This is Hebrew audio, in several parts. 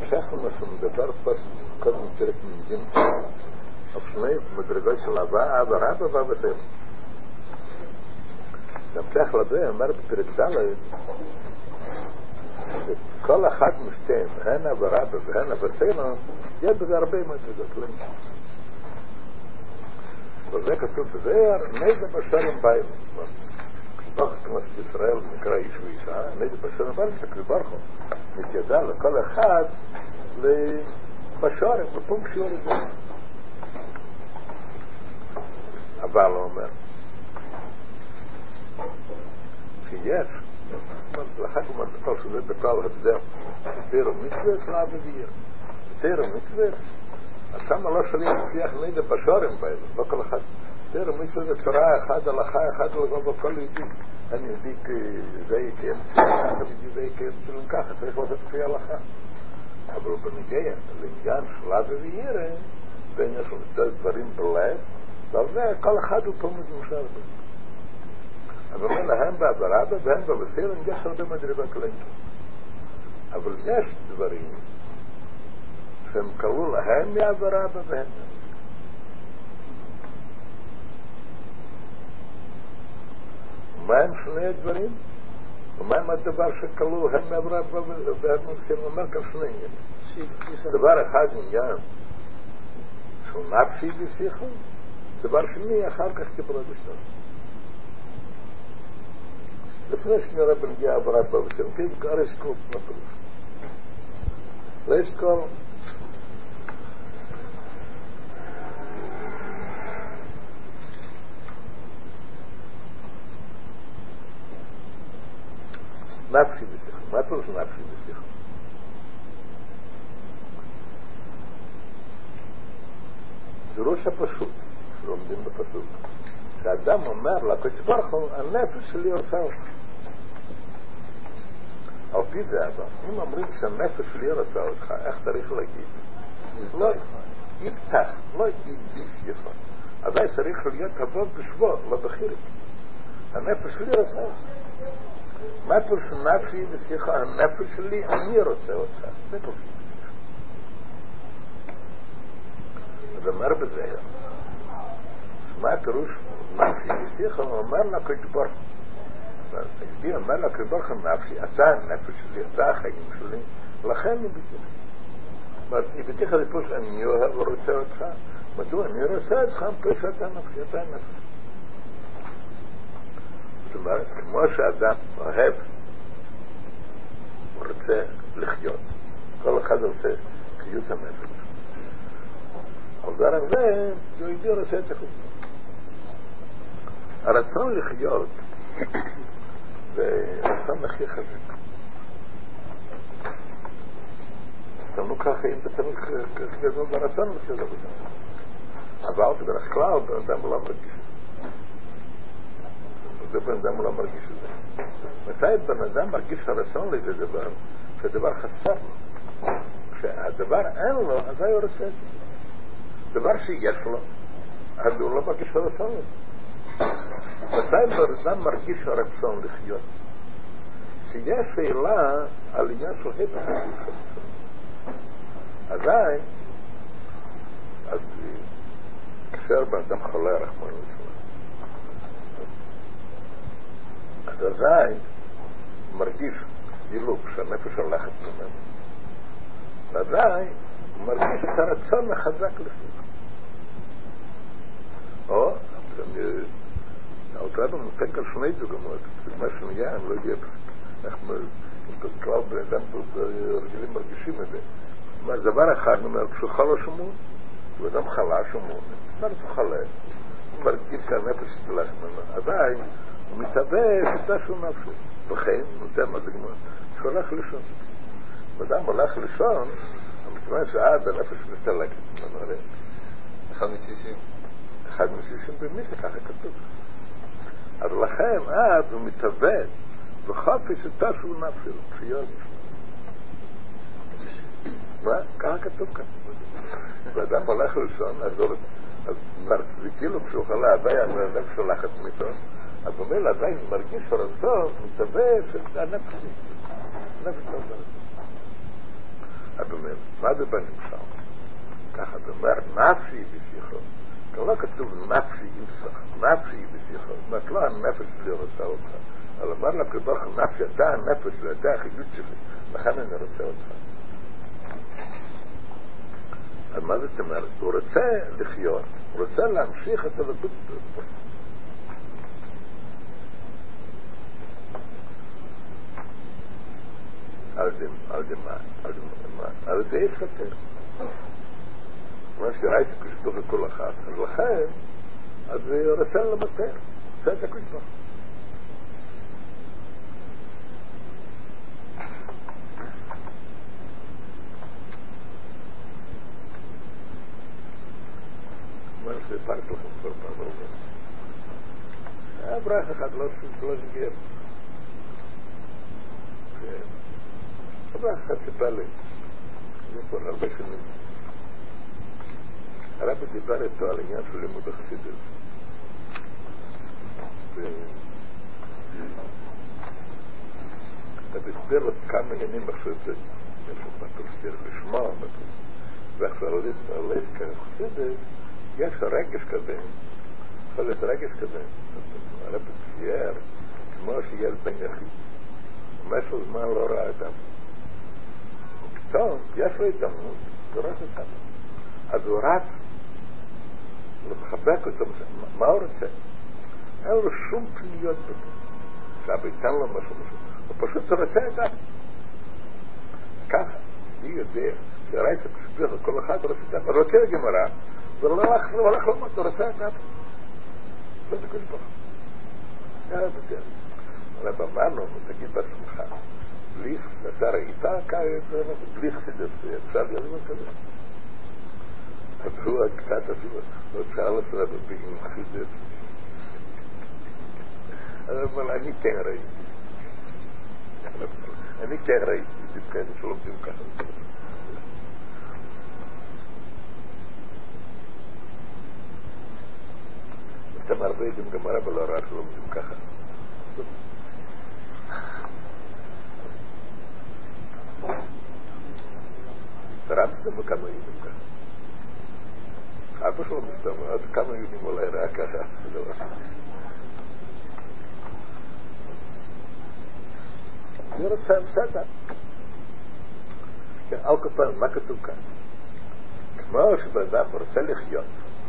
שכנו שמדבר פס קודם פרק מנגין על שני מדרגות של אבא רבא ואבא תל. נמשך לזה אומר בפרק ד' כל אחד משתיהם, הן אבא רבא והן אבא תל, יש בזה הרבה מדרגות. וזה כתוב בזהר, נדע בשרם בית. כשבח כנסת ישראל נקרא איש ואישה, נדע בשרם בית, כשברחו מתיידע לכל אחד בשרם, בפום שיעור הזה. הבעל אומר, שיש, לחג אומר בכל שזה בכל הבדל, תירו מצווה סלאב וויר. תירו מצווה, אז שמה לא שלי מפיח נדע בשרם בית, לא כל אחד. תראה, מישהו זה צורה אחד, הלכה אחד, לגוב הכל יהודי. אני יהודי זה יקיים צילום ככה, יהודי זה יקיים צילום ככה, צריך לעשות כפי הלכה. אבל בנגיע, לעניין שלב וירא, בין יש לנו דברים בלב, ועל זה כל אחד הוא פה ממשל בו. אבל להם בעברבה, והם בבסיר, יש הרבה מדרגות לנקים. אבל יש דברים שהם קראו להם מעברבה והם מה הם שני הדברים? ומה הם הדבר שקלו הם מעברב והם מנסים לומר כאן שני עניינים? דבר אחד עניין שהוא נפשי בשיחו, דבר שני אחר כך כברה בשטר. לפני שנראה בנגיע עברב ובשם, כי ראש כל מה פירוש. ראש כל נפשי בשיחו. מה פירוש נפשי בשיחו? פירוש הפשוט, שלומדים בפסוק. כשאדם אומר לקדוש ברוך הוא, הנפש שלי עושה אותך. על פי זה אבל, אם אומרים שהנפש שלי עושה אותך, איך צריך להגיד? לא יפתח, לא ידיף יפה. אבל צריך להיות הבוב בשבוע, לא בחירים. הנפש שלי עושה אותך. מה פירוש נפשי בשיחה? הנפש שלי, אני רוצה אותך. זה פירוש בשיחה. אז אומר בזה, מה פירוש נפשי בשיחה? הוא אומר לקדוש ברוך הוא. יהודי אומר לקדוש ברוך הוא נפשי, אתה הנפש שלי, אתה החיים שלי, לכן אני בטיח. אני בטיח זה פירוש, אני אוהב ורוצה אותך. מדוע? אני רוצה אותך, פירוש אתה נפשי, אתה הנפש. זאת אומרת, כמו שאדם אוהב, הוא רוצה לחיות. כל אחד עושה חיות הנפש. על דרך זה, יהודי רוצה את החיים. הרצון לחיות זה הרצון הכי חזק. תנו ככה, אם אתה צריך גדול ברצון לחיות עבודה. אבל בדרך כלל, בן אדם לא מרגיש. זה בן אדם לא מרגיש את זה. מתי בן אדם מרגיש הרצון לאיזה דבר, שהדבר חסר לו. כשהדבר אין לו, אז הוא רוצה את זה. דבר שיש לו, אז הוא לא מרגיש הרצון לזה. מתי בן אדם מרגיש הרצון לחיות? שיש שאלה על עניין של הפך. עדיין, אז כאשר בן אדם חולה רחמן ליצלן, אז עדיין מרגיש דילוג שהנפש הולכת ממנו. ועדיין מרגיש את הרצון החזק לחיות. או, האוטרבא נותן כאן שני דוגמאות. זה מה שנהיה, אני לא יודע איך כלל באדם רגילים מרגישים את זה. זאת אומרת, דבר אחד, אומר, כשהוא חלש אמון, ואדם חלש אמון, זאת אומרת, הוא חלש. הוא מרגיש שהנפש שתלך ממנו. עדיין הוא מתאבא שיטה שהוא נפשו. וכן, נותן מה דוגמה, שהוא הולך לישון. ואדם הולך לישון, המתמד שעד הנפש מסתלקת ממנו, הרי. אחד משישים. אחד משישים במיסה, ככה כתוב. אז לכן, אז הוא מתאבא וחופש שיטה שהוא נפשו, כשיורגש. מה? ככה כתוב כאן. ואדם הולך לישון, אז זה כאילו כשהוא חלה, עדיין הנפש הולכת מיתו. אז הוא אומר, עדיין מרגיש הרצון, מתאבא של הנפש. נפש טוב. אבל מה זה בנמשל? ככה אתה אומר, נפשי בשיחו. כאן לא כתוב נפשי אימסך, נפשי בשיחו. זאת אומרת, לא הנפש שלי רוצה אותך. אבל אמר לה כברך נפשי, אתה הנפש שלי, אתה החיות שלי, לכן אני רוצה אותך. אז מה זאת אומרת? הוא רוצה לחיות, הוא רוצה להמשיך את הלכות. על זה יש חצר. מה שראיתי כשתוך לכל אחד, אז לכן, אז הוא רוצה למטר, עושה את הכתוב. מה שפרט לכם כל פעם הרבה. היה ברח אחד, לא נגיע. ברח אחד סיפר לי, זה כבר הרבה שנים. הרב דיבר איתו על עניין של לימוד החסידות. והסביר לו כמה עניינים עכשיו זה, מה תוסתיר לשמוע, ועכשיו הולך כחסידות, יש רגש כזה, יכול להיות רגש כזה. הרב צייר, כמו שיהיה בן יחיד. משהו זמן לא ראה אדם. ופתאום, יש לו התאמנות, זה רץ אותם. אז הוא רץ, לחבק אותו, מה הוא רוצה? אין לו שום פניות בזה. שאבא ייתן לו משהו. הוא פשוט רוצה אדם. ככה, אני יודע, שראית כשפריך כל אחד רוצה אדם, הוא רוצה לגמרה, ולא הלך לומד, הוא רוצה אדם. זה כל כך. זה בטח. אבל אמרנו, תגיד בעצמך, בלי, אתה ראית בלי חסידות, אפשר להיות כזה. אז הוא קצת אפילו, הוא שאל אותו עם חסידות. אבל אני כן ראיתי. אני כן ראיתי, כאלה שלומדים ככה. אתם הרבה יודעים גמרא ולא רע שלומדים ככה. תרמתם כמה יודעים ככה. אבא שלו מסתם, אז כמה יודעים אולי רע ככה. אני רוצה בסדר. כן, על כל פעם, מה כתוב כאן? כמו שבאדם רוצה לחיות.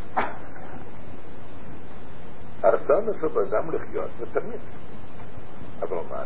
הרצון של באדם לחיות זה תמיד. אבל מה?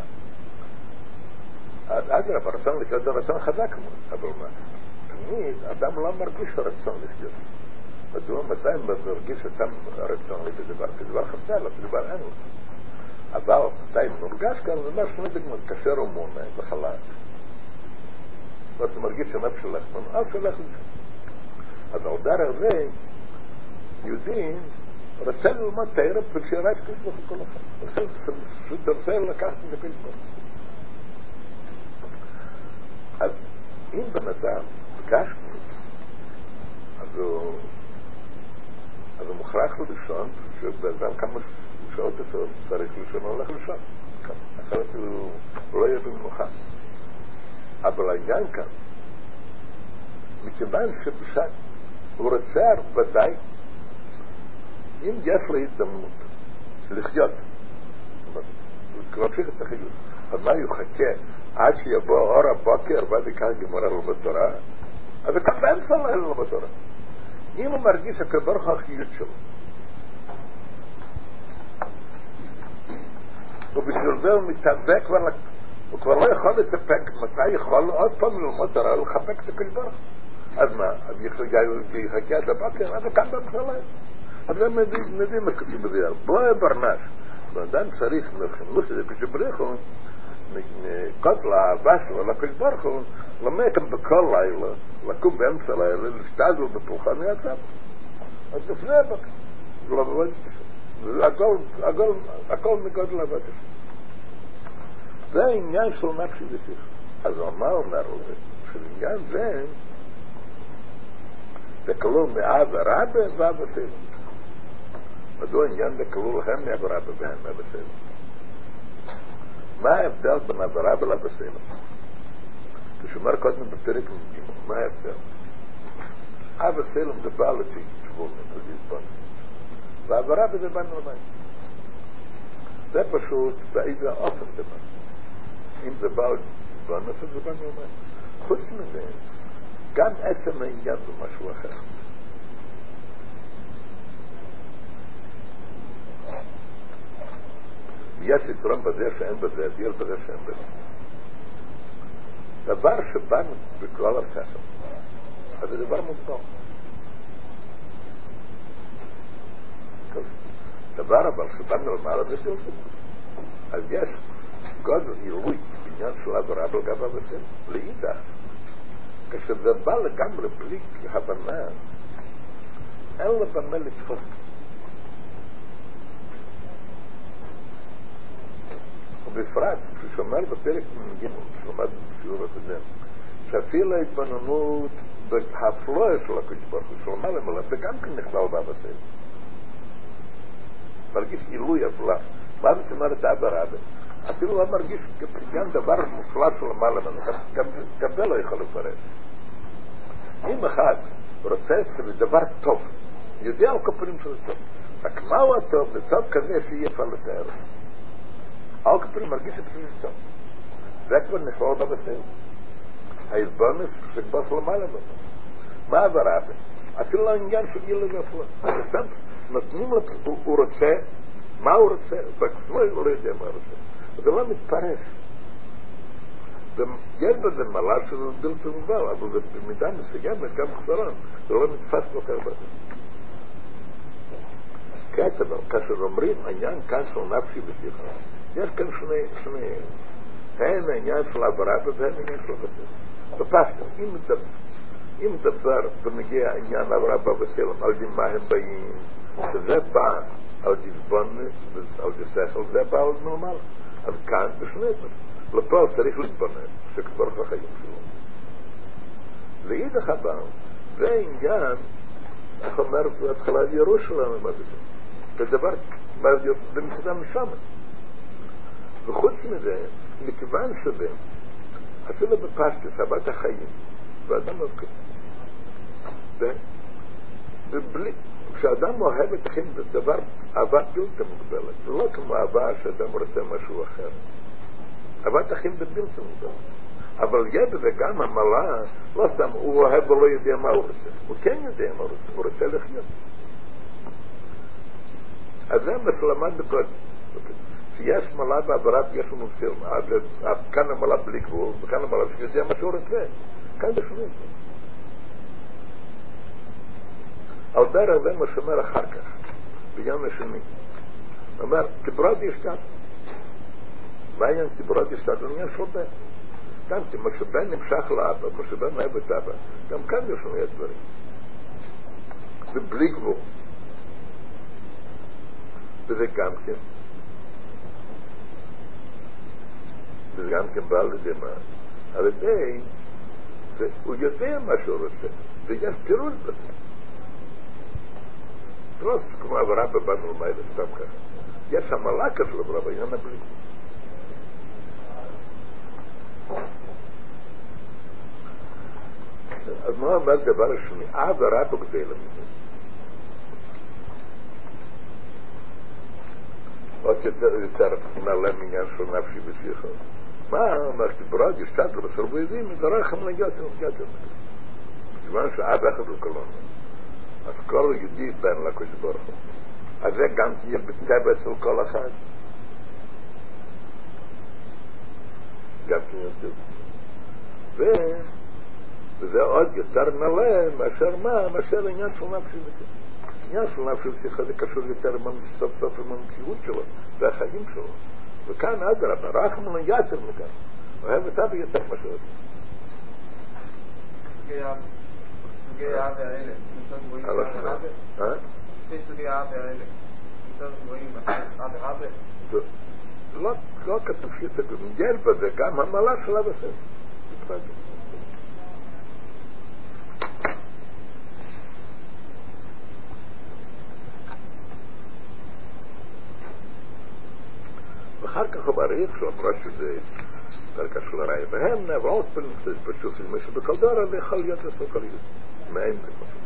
אגב, הרצון לחיות זה רצון חזק מאוד. אבל מה? תמיד אדם לא מרגיש רצון לחיות. מדוע מתי מרגיש אדם רצון לדבר? כדבר חסר לו, כדבר אין לו. אבל מתי מורגש כאן, זה אומר שני דגמות, כאשר הוא מונה וחלק. ואתה מרגיש שנב שלך, אף שלך זה. אז על דרך זה, יהודים רוצה ללמוד תאירה פרשירה את כסבוך כל אחד. פשוט רוצה לקחת את זה כסבוך. אז אם בן אדם פגש אז הוא מוכרח לו לישון, שבאדם כמה שעות צריך לישון, הוא הולך לישון. אחרת הוא לא יהיה במנוחה. אבל העניין כאן, מכיוון שבשעת הוא רוצה ודאי, אם יש לו הזדמנות לחיות, להמשיך את החיות, אז מה יחכה עד שיבוא אור הבוקר ואז יקח גמרא ללמוד תורה? אז יקח באמצע הלילה ללמוד תורה. אם הוא מרגיש הכברוך החיות שלו, ובשביל זה הוא מתאבק, הוא כבר לא יכול לטפק, מתי יכול עוד פעם ללמוד תורה ולחבק את הכברוך? אז מה? אז יחכה עד הבוקר, אז יקח באמצע הלילה. אז הם יודעים מה כתוב בזה. בואי ברנש. ואדם צריך לחינוך את זה כשבריחו, מקוץ לאהבה שלו, לקוץ ברכו, למקם בכל לילה, לקום באמצע לילה, להשתזל בפולחן יצב. אז לפני הבוקר. לא בבית זה הכל מגודל הבית השם. זה העניין של נפשי ושיח. אז מה אומר לו? שבעניין זה, זה כלול מאב הרבה ואב הסלם. מדוע עניין זה כלול הם מאב הרבה והם מאב הסלם? מה ההבדל בין אב הרבה לאב הסלם? שאומר קודם בפרק מגימו, מה ההבדל? אבא סלם זה בא לפי תבונים, זה יתבונן. והעברה בזה באנו למים. זה פשוט באיזה אופן זה בא. אם זה בא לתבונן, אז זה באנו למים. חוץ מזה, גם עצם העניין זה משהו אחר. יש יתרון בזה שאין בזה, דיל בזה שאין בזה. דבר שבאנו בכלל השכל, אז זה דבר מוגבל. דבר אבל שבאנו למעלה זה בלתי. אז יש גודל עילוי בעניין של עברה בלגבה בסל, לאידך. כשזה בא לגמרי בלי הבנה, אין לה במה לתפוס. ובפרט, כששומר בפרק מגימו, שלומד בשיעור הקודם, שאפילו ההתבוננות בהפלואה של הקדוש ברוך הוא, שלומד למעלה, זה גם כן נכלל בסל. מרגיש עילוי הפלאה. מה זאת אומרת אבא רבא? אפילו לא מרגיש כפסיגן דבר מופלא של למעלה, גם זה לא יכול לפרש. אם אחד רוצה את זה דבר טוב, יודע על כפרים שזה טוב. רק מהו הטוב? זה טוב כזה שיהיה אפשר לתאר. על כפרים מרגיש את זה טוב. זה כבר נכלל בבשר. ההתבוננות שכבר של למעלה. מה אבא רבא? אפילו העניין של עילוי והפלאה. נותנים לו, הוא רוצה, מה הוא רוצה? בעצמו הוא לא יודע מה הוא רוצה. זה לא מתפרש. יש בזה מעלה שזה בלתי מובן, אבל במידה מסוימת גם חסרון. זה לא נתפס כל כך בזה. כעת אבל, כאשר אומרים העניין כאן של נפשי ושיחה, יש כאן שני הן העניין של עברה והן העניין של חסר. בפשט, אם דבר ומגיע העניין עברה וסלם, על די מה הם באים, שזה בא על די התבוננות, על די שכל, זה בא על נורמל. אז כאן בשני דברים. לפה צריך להתבונן, שכבר החיים שלו. לאידך הבא, זה העניין, איך אומר בהתחלה ירושלים, מה זה? זה דבר, במצדם משם. וחוץ מזה, מכיוון שזה, אפילו בפשטס, הבת החיים, ואדם מבחין. ובלי, כשאדם אוהב את החיים, זה דבר, אהבה בלתי מוגבלת. זה לא כמו אהבה שאדם רוצה משהו אחר. אהבת החיים זה בלתי מוגבלת. אבל ידע וגם המעלה, לא סתם, הוא אוהב ולא יודע מה הוא רוצה. הוא כן יודע מה הוא רוצה, הוא רוצה לחיות. אז זה מה שלמד בקודם. שיש מעלה בעברת, יש לנו פילם. כאן המעלה בלי גבול, וכאן המעלה שיודע מה שהוא רוצה. כאן בשביל. על דרך זה מה שאומר אחר כך, ביום השני. אומר, כברות ישתת. מה העניין כברות ישתת? הוא עניין של בן. גם כי מה שבן נמשך לאבא, מה שבן אוהב את אבא, גם כאן יש לנו דברים. זה בלי גבול. וזה גם כן. וזה גם כן בא לידי מה? על ידי, הוא יודע מה שהוא רוצה. ויש פירוש בזה. לא כמו עברה בבנו למעלה, סתם ככה. יש המלאקה של עברה בעניין הבלי. אז מה אומר דבר השני? עברה בגדל המדינה. עוד יותר נעלה מעניין של נפשי ושיחה. מה אומר? כברוד ישתת לו בסרבו יודעים, זה רחם ליותר. כיוון שאב אחד הוא קלון. אז כל יהודי בן לקדוש ברוך הוא. אז זה גם תהיה בטבע אצל כל אחד. גם כן יותר. וזה עוד יותר נעלה מאשר מה? מאשר עניין של נפשי ושיחה. עניין של נפשי ושיחה זה קשור יותר סוף סוף עם המציאות שלו והחיים שלו. וכאן אדרבה, רחם ליותר מכאן. אוהב את אבא יותר מה שעוד. סוגי האב האלה, יותר גבוהים מאב האב? שתי סוגי האב האלה, יותר גבוהים מאב האב? לא כתוב שיותר גבוהים, יש בזה גם המעלה של אבא סלם. ואחר כך הוא מעריך שאומרה שזה פרק של הראי והם נעברות פשוט משהו בקלדורה ויכול להיות לסוכריות מהם לפעמים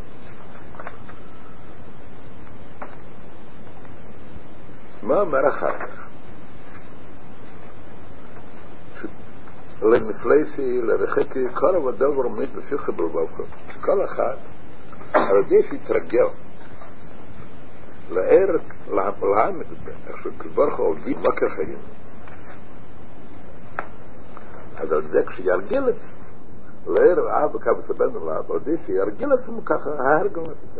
מה אומר אחר כך למפלסי לרחקי כל הדבר עומד בשיחה בלבבך שכל אחד על ידי שיתרגל לערק להעמד את זה איך שכברך עובדי מקר חיים אז על זה כשירגיל את לערק אב וקו סבן עליו על זה שירגיל את זה ככה ההרגל נעשה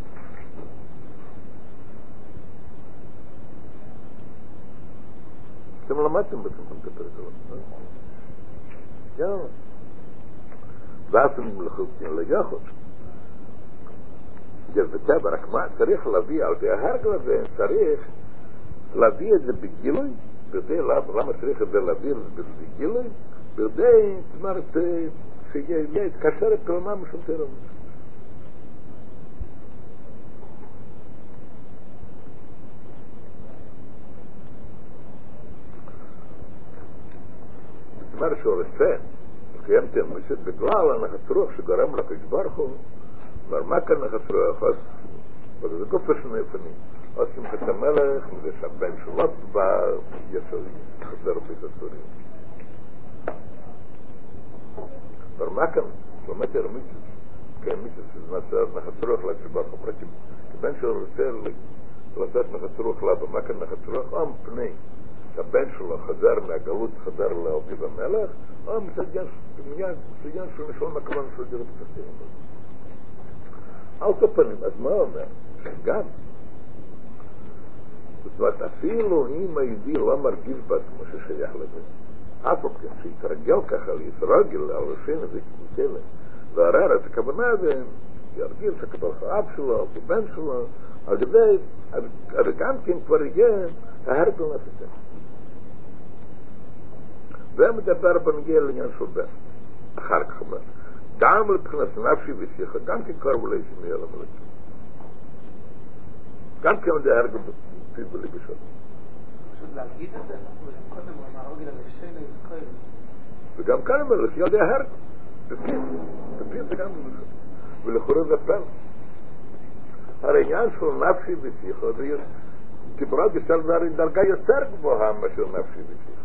אתם למדתם בסמכם את הפרק הזה יאללה ואתם מלחוקים ליחוד בטבע, רק מה צריך להביא על זה ההרגל הזה צריך להביא את זה בגילוי למה צריך את זה להביא את זה בגילוי בכדי, זאת אומרת שיהיה התקשר את כלמה משום תרם זאת אומרת שהוא רצה קיימתם משת בגלל הנחת רוח שגרם לקדוש ברוך הוא מה כאן נחת רוח אז זה גוף שני פנים עושים את המלך זה שהבן שלו בא יחזר בית הסורים מה כאן באמת הרמיתוס כהמיתוס זה נעשה נחת רוח לקדוש ברוך הוא כבן שלו רוצה לעשות נחת רוח לבה מה כאן נחת רוח פני שהבן שלו חזר מהגלות חזר לאביב המלך מסגן של נשון מקלון של דירות פתחתים על כל פנים, אז מה אומר? גם זאת אומרת, אפילו אם היהודי לא מרגיש בעצמו ששייך לזה אף עוד כן, שיתרגל ככה להתרגל על השם הזה כמתלה לערער את הכוונה הזה ירגיל שקבל האב שלו, כבן שלו על ידי, גם כן כבר יהיה ההרגל נעשה זה מדבר בנגיע לעניין של בן אחר כך אומר גם לבחינת נפשי ושיחה גם כן קרבו לאישים יהיה למלכים גם כן זה הרגל בפיו ולגשות פשוט להגיד את זה קודם הוא אמר הרגל הלשנה וגם כאן אומר לפי ידי הרגל בפיו זה גם לגשות ולחורי זה פן העניין של נפשי ושיחה זה דיברה בסל דרגה יותר גבוהה מאשר נפשי ושיחה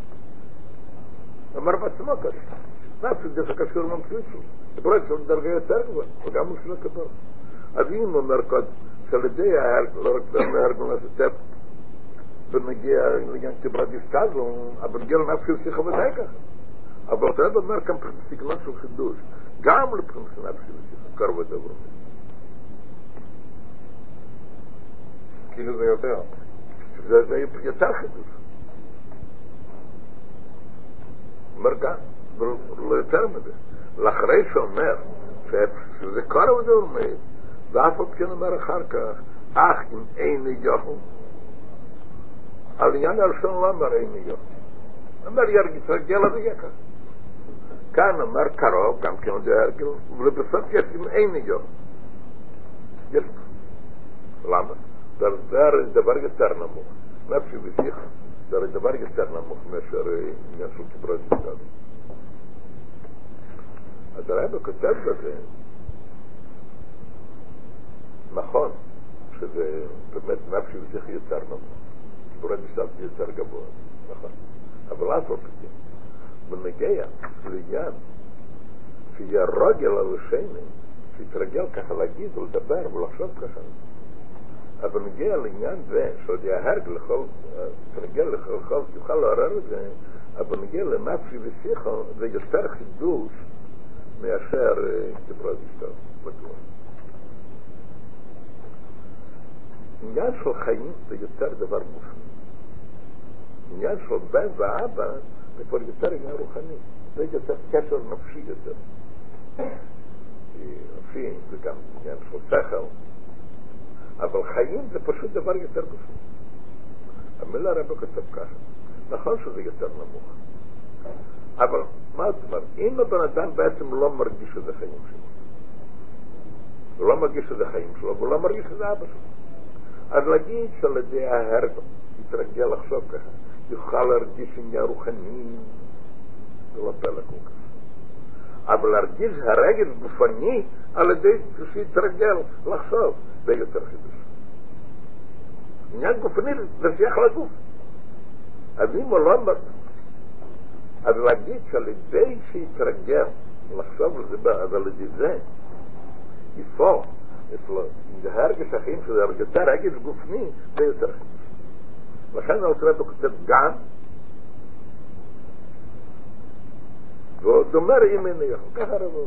אמר בעצמו ככה נפשי זה שקשור למציאות שלו דברת של דרגה יותר גבוהה וגם הוא שלא כבר אז אם אומר קוד שעל ידי ההרגל לא רק בהרגל נעשה ונגיע לעניין דיברה דיסקזו אבל נגיע לנפשי ושיחה ודאי ככה אבל אתה אומר כאן סגנון של חידוש גם לבחינת נפשי ושיחה קרוב ודבר כאילו זה יותר זה יותר חידוש אומר גם לא יותר מזה לאחרי שאומר שזה כל עוד הוא אומר ואף עוד כן אומר אחר כך אך אם אין יוחו על עניין הראשון לא אומר אין יוחו אומר ירגיש רגל זה יהיה כך כאן אומר קרוב גם כן זה הרגל ולבסוף יש אם אין יוחו יש למה? זה דבר יותר נמוך נפשי ושיחה זה דבר יותר נמוך מאשר עניין של כברת בגלל אז הרב כותב בזה נכון שזה באמת נפשי ושיחה יותר נמוך כברת בגלל זה יותר גבוה נכון אבל אף לא פתאום ונגיע לעניין שיהיה רגל על השני שיתרגל ככה להגיד ולדבר ולחשוב ככה אבל נגיע לעניין זה שעוד יהרג תרגל לכל יוכל לעורר את זה אבל נגיע לנפשי ושיחה זה יותר חידוש מאשר כברת בגלל מדוע עניין של חיים זה יותר דבר גופני עניין של בן ואבא זה כבר יותר עניין רוחני זה יותר קשר נפשי יותר נפשי זה גם עניין של שכל אבל חיים זה פשוט דבר יותר גופני המילה רבה כתב ככה נכון שזה יותר נמוך אבל מה זאת אומרת אם הבן אדם בעצם לא מרגיש שזה חיים שלו הוא לא מרגיש שזה חיים שלו והוא לא מרגיש שזה אבא שלו אז להגיד שעל ידי ההרגל יתרגל לחשוב ככה יוכל להרגיש עניין רוחני זה לא פלא כל כך. אבל להרגיש הרגש גופני על ידי שיתרגל לחשוב, זה יותר חידוש. עניין גופני זה שייך לגוף. אז אם הוא לא אומר, אז להגיד שעל ידי שיתרגל לחשוב על זה, אז על ידי זה יפעל אצלו, אם זה הרגש החיים שזה יותר רגש גופני, זה יותר חידוש. לכן אני רוצה בכותב גם, ועוד אומר אם אני יכול, ככה רבו.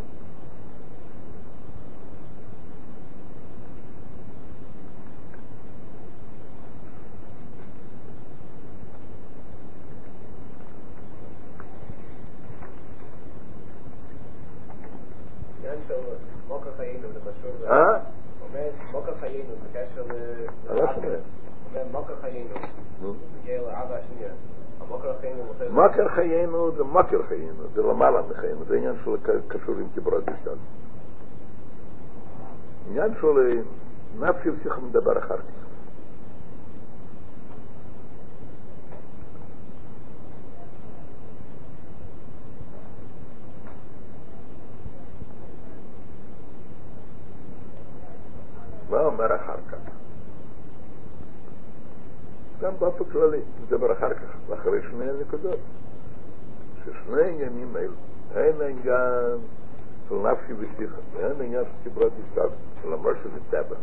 מוקר חיינו זה קשור אומר מוקר חיינו זה קשר אומר מוקר חיינו מגיע לאבא השנייה מוקר חיינו זה מוקר חיינו זה למעלה מחיינו זה עניין של קשור עם כברות בשביל עניין של נפשי ושיח מדבר אחר כך מה אומר אחר כך? גם באופן כללי, נדבר אחר כך, אחרי שני הנקודות. ששני עניינים האלה, אין עניין של נפשי ושיחה, אין עניין של כברת ישראל, למרות שזה טבע.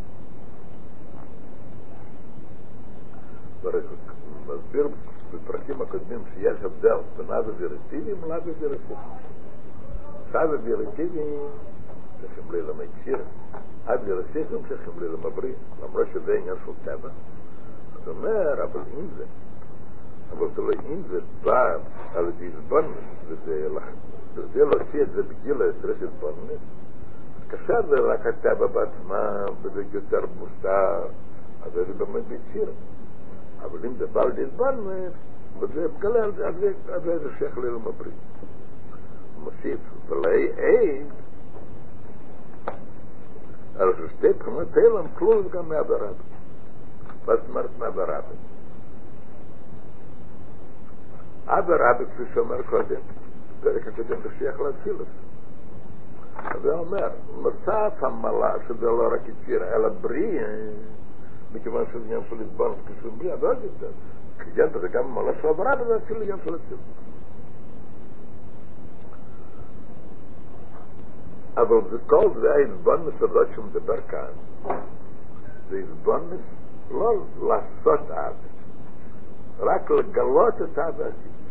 מסביר בפרקים הקודמים שיש הבדל בין אבא וירטיבים ולאבא וירטיבים. אבא וירטיבים צריכים ללמד סירה. אבא וירטיבים צריכים ללמבריא, למרות שזה עניין של טבע. זאת אומרת, אבל אם זה, אם זה בא על ידי זבונס, וזה להוציא את זה בגיל צריך זבונס, קשה זה רק הטבע בעצמה, וזה יותר מוסתר, אז זה באמת ביציר. אבל אם זה בא על ידי זבונס, וזה מגלה על זה, אז זה שייך ללמבריא. מוסיף, ולעיד, על שתי תחומות האלה, כלול גם מהברב. מה זאת אומרת מהברב? הברב, כפי שאומר קודם, פרק הקודם בשייך לאצילוס. אז זה אומר, נוסף המלה, שזה לא רק יציר, אלא בריא, מכיוון שזה עניין של לסבון, כשהוא בריא, אז עוד יותר. כיוון זה גם מלה של הברב, זה אפילו עניין של אצילוס. אבל זה כל זה ההסבונס הזאת שמדבר כאן. זה הסבונס לא לעשות עבד, רק לגלות את העבד.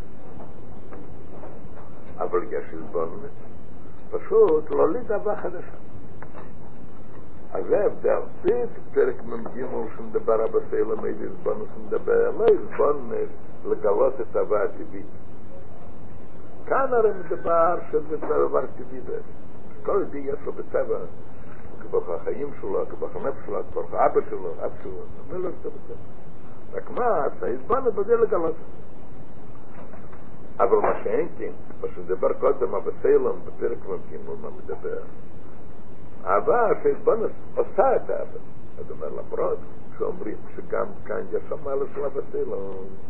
אבל יש הסבונס, פשוט לא לדבר חדשה. אז זה הבדל. בפרק ממגימו שמדבר הבסלם, איזה הסבונס מדבר, לא הסבונס לגלות את העבד טבעית. כאן הרי מדבר שזה דבר טבעי זה. כל ידי יש לו בטבע, כבוך החיים שלו, כבוך הנפש שלו, כבוך האבא שלו, אב שלו, זה לא זה בטבע. רק מה, ההסבנה בזה לגלות. אבל מה שאין כן, מה שדבר קודם, הבסלם, בפרק ממגימו, מה מדבר? אבל שההסבנה עושה את האבא. אז אומר למרות, שאומרים שגם כאן יש המעלה של הבסלם.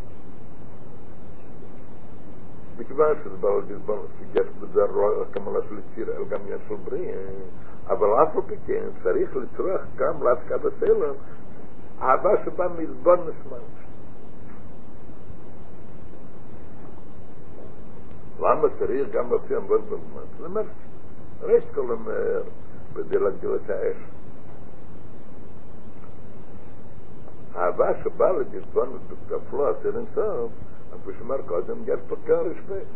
מכיוון שזה בא לסבון, יש בזה כמלה של יציר, אלא גם עניין של בריא. אבל אף וכן צריך לצרוך גם להפקע בסלם, אהבה שבא מלסבון נשמע. למה צריך גם להוציא עמוד בזמן? זאת אומרת, ראש כל אומר, כדי להגדיל את האש. אהבה שבא לסבון בכפלו, עשיר אינסוף, כפי שאומר קודם, יש פה כאן רשפט.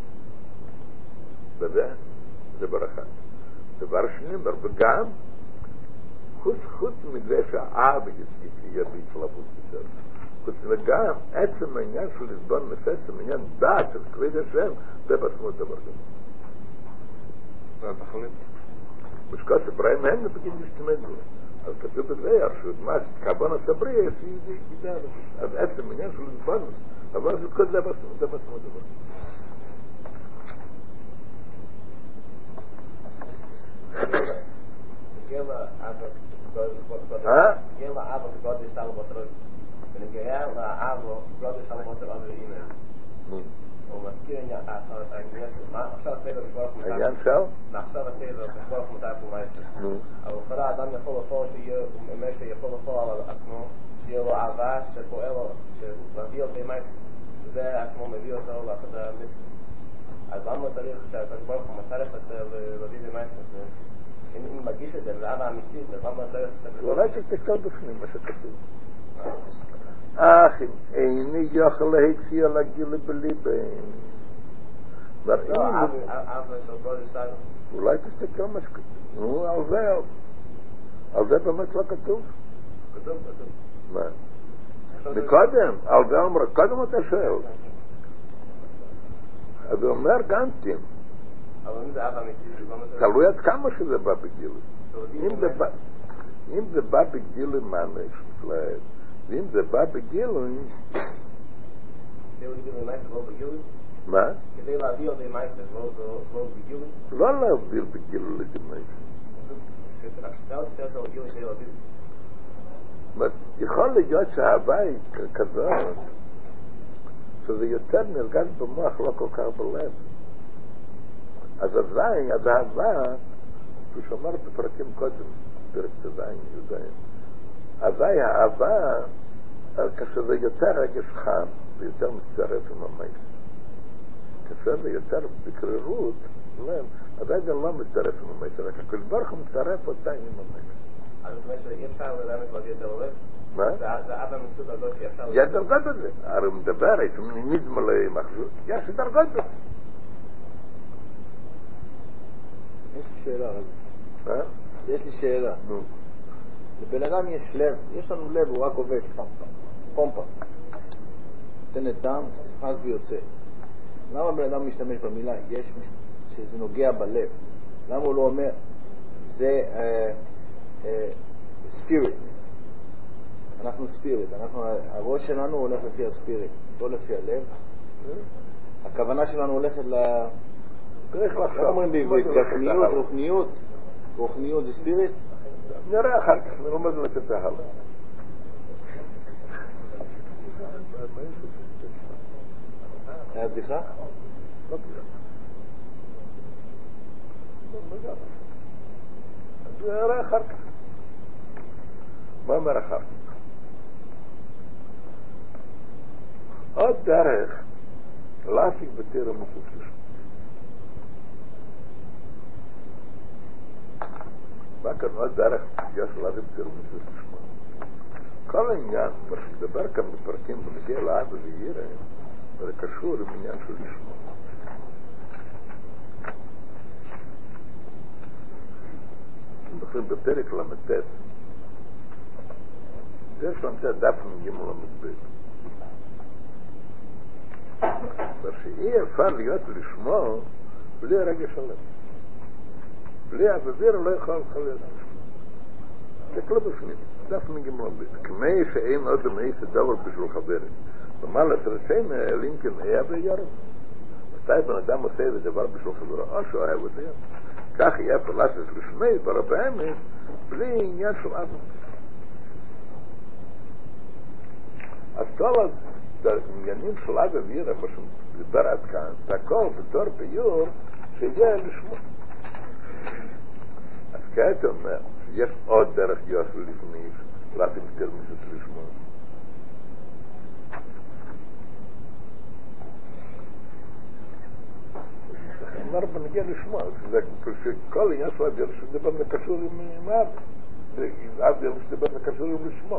זה ברכה. דבר שני, וגם, חוץ מזה שהאבא יהיה בהתלבות בסדר. חוץ וגם, עצם העניין של לסבון נפסם, עניין דעת של כבוד השם, זה בעצמו דבר כזה. מה תחליט? משקע שבראים אין בגין להשתמד בו. אז כתוב בזה, מה כבון הסברי, אז עצם העניין של לסבון, אבל זה כל דבר דבר. גלה אבא גוד ישתל בסדר ונגיע לאבא גוד ישתל בסדר אבא אימא הוא מזכיר העניין של מה עכשיו הטבע בשבורך מותר העניין של? מעכשיו הטבע בשבורך מותר פה מייסר אבל בכלל האדם יכול לפעול שיכול לפעול על עצמו שיהיה לו אהבה שפועל להביא אותו מייסר וזה עצמו מביא אותו לעשות המצווה אז למה צריך שהשבורך מצטרף להביא במייסר אם מגיש את זה לאהבה אמיתית אז למה צריך אולי תסתכל בפנים מה שכתוב אך איני יכול להציע לגיל בליבם אולי תסתכל מה שכתוב נו על זה באמת לא כתוב מה? מקודם על זה אומר קודם אתה שואל אז הוא אומר גם כן תלוי עד כמה שזה בא בגילוי אם זה בא בגילוי ממש ואם זה בא בגילוי מה? כדי להביא עוד מייסר לא בגילוי? לא להביא בגילוי לדמייסר יכול להיות שההווי כזאת שזה יותר נרגש במוח לא כל כך בלב אז ההווה הוא שאומר בפרקים קודם פרק צדיים יודעים הווי האהבה כשזה יותר רגש חם זה יותר מצטרף עם המייס כשזה יותר בקרירות הווי זה לא מצטרף עם המייס רק הכל ברוך הוא מצטרף עדיין עם המייס אז זאת אומרת שאי אפשר ללמד להביא את הלב? מה? זה אבא מצוד הזאת שאי אפשר יש דרגות בזה הרי הוא מדבר יש נזמה למחזור יש דרגות בזה יש לי שאלה יש לי שאלה לבן אדם יש לב יש לנו לב הוא רק עובד פומפה נותנת דם נכנס ויוצא למה בן אדם משתמש במילה יש שזה נוגע בלב למה הוא לא אומר זה ספיריט אנחנו ספיריט הראש שלנו הולך לפי הספיריט לא לפי הלב הכוונה שלנו הולכת צריך לחשוב אומרים בגשמיות רוחניות זה ספיריט נראה אחר כך נלמד לתת הלאה היה בדיחה? לא בדיחה נראה אחר כך מה אומר אחר כך עוד דרך להשיג בתיר המחוץ לשם מה כאן עוד דרך יש להשיג בתיר המחוץ לשם כל העניין מה שדבר כאן בפרקים בנגיע לאבא וירא זה קשור עם עניין של לשמוע זוכרים בפרק למתת יש למתת דף מגיעים למתבית שאי אפשר להיות לשמוע בלי רגש הלב בלי אוויר לא יכול להיות זה כלום בפנים דף מגיעים למתבית כמי שאין עוד מאיס הדבר בשביל חברת ומה לסרסים לינקן היה וירם מתי בן אדם עושה איזה דבר בשביל חברה או שהוא אוהב אותי כך יהיה פלסס לשמי ברב האמת בלי עניין של אבא אז כל העניינים של אבא וירא מה שדיבר עד כאן זה הכל בתור ביור שיהיה לשמוע אז כעת אומר יש עוד דרך יוסף לפני לאתם יותר מזה לשמוע אמר בנגיע לשמוע כל עניין של אבא שדיבר מקשור עם אבא אבא שדיבר מקשור עם לשמוע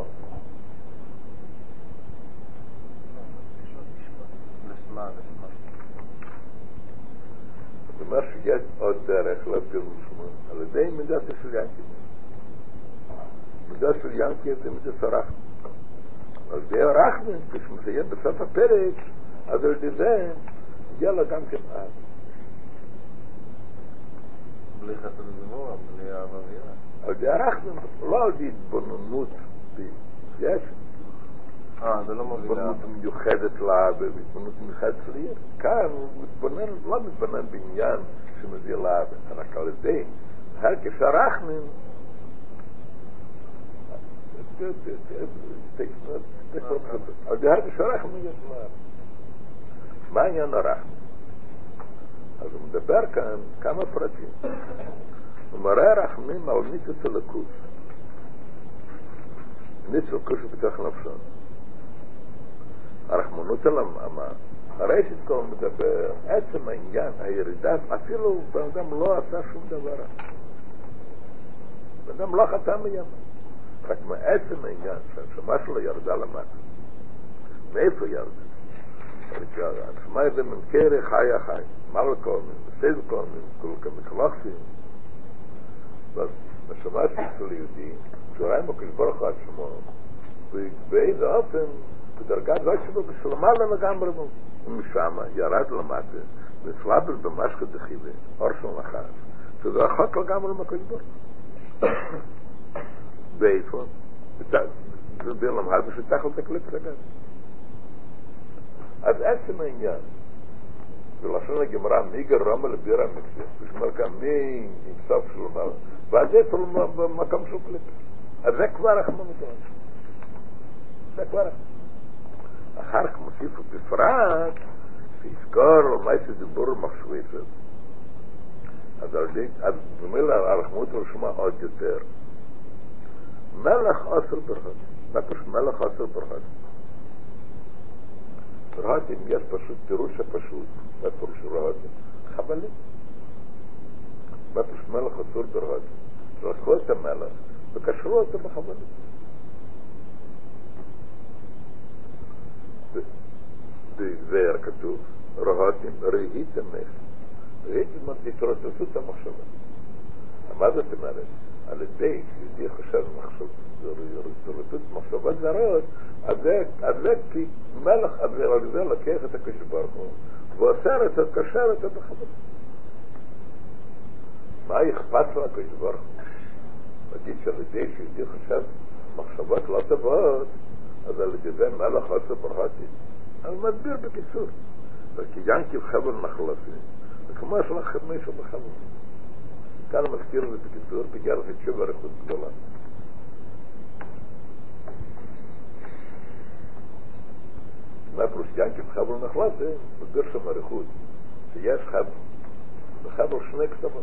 זאת אומרת שיש עוד דרך להביא לשמוע על ידי מידה של ינקי מידה של ינקי זה מידה סרח על ידי הרחמן כשמסיים בסוף הפרק אז על ידי זה הגיע לה גם כן אב בלי חסד וגבורה, בלי אהבה ויראה. על ידי הרחמן לא על ידי התבוננות יש זה לא מוביל התבוננות מיוחדת לאבא והתבוננות מיוחדת לעיר כאן הוא מתבונן, לא מתבונן בעניין שמביא לאבא רק על ידי כשהרחמן על ידי כשהרחמן יש לאבא מה העניין הרחמים? אז הוא מדבר כאן כמה פרטים. הוא מראה רחמים על ניצוץ הלכות. ניצוץ הלכות שבתוך נפשון. הרחמנות על המאמר. הראשית כל מדבר, עצם העניין, הירידה, אפילו בן אדם לא עשה שום דבר. בן אדם לא חטא מים. רק מעצם העניין, שהנשמה שלו ירדה למטה. מאיפה ירדה? הנשמה ירדה ממקרי חי החי. מלכו, מסייד כל, מכלוכסים. הנשמה של יהודי, שהוא ראה מוקש ברוך הוא עצמו, ובאיזה אופן, בדרגת זאת שבו, בשלמעלה לגמרי מו. ומשם ירד למטה, נסלבל במשכת דחיבה, אור של נחש, שזה רחוק לגמרי למקש ברוך. באיפה? בלם הד ושתחת הקליפת הגז. אז עצם העניין, ולשון הגמרא, מי גרמה לבירה מקסים, ושמר כאן מי עם סוף של מעלה, ועד איפה במקום של קליפת. אז זה כבר רחמנות ממש. זה כבר רחמנות. אחר כך מוסיפו בפרט, שיזכור למעשה דיבור מחשבי סוד. אז במילה הרחמנות רשומה עוד יותר. מלך עשר ברכות. מה פשוט מלך עשר ברכות? ברכותים יש פשוט פירוש הפשוט. מה פירוש ברכותים? חבלים. מה פשוט מלך עשר ברכות? לקחו את המלך וקשרו אותו בחבלים. בזהר כתוב, ברכותים ראיתם איך. ראיתם מה זה התרוצצות המחשבה. מה זאת אומרת? על ידי שיהודי חושב התרוצצות מחשבות זרות, אז זה כי מלך על זה לקח את הקדוש ברוך הוא ואוסר את קשר את המחשבות. מה אכפת לה הקדוש ברוך הוא? נגיד שעל ידי שיהודי חושב מחשבות לא טובות, אז על ידי זה מלך עושה ברכותים. אני מסביר בקיצור. וכי ינקיב חבל נחלפים, וכמו יש לך חמישה בחבל. כאן מזכיר את זה בקיצור, בגלל חישוב הריחות גדולה. מה פרוס ינקיב חבל נחלפים, מסביר שם הריחות, שיש חבל, בחבל שני כתבות.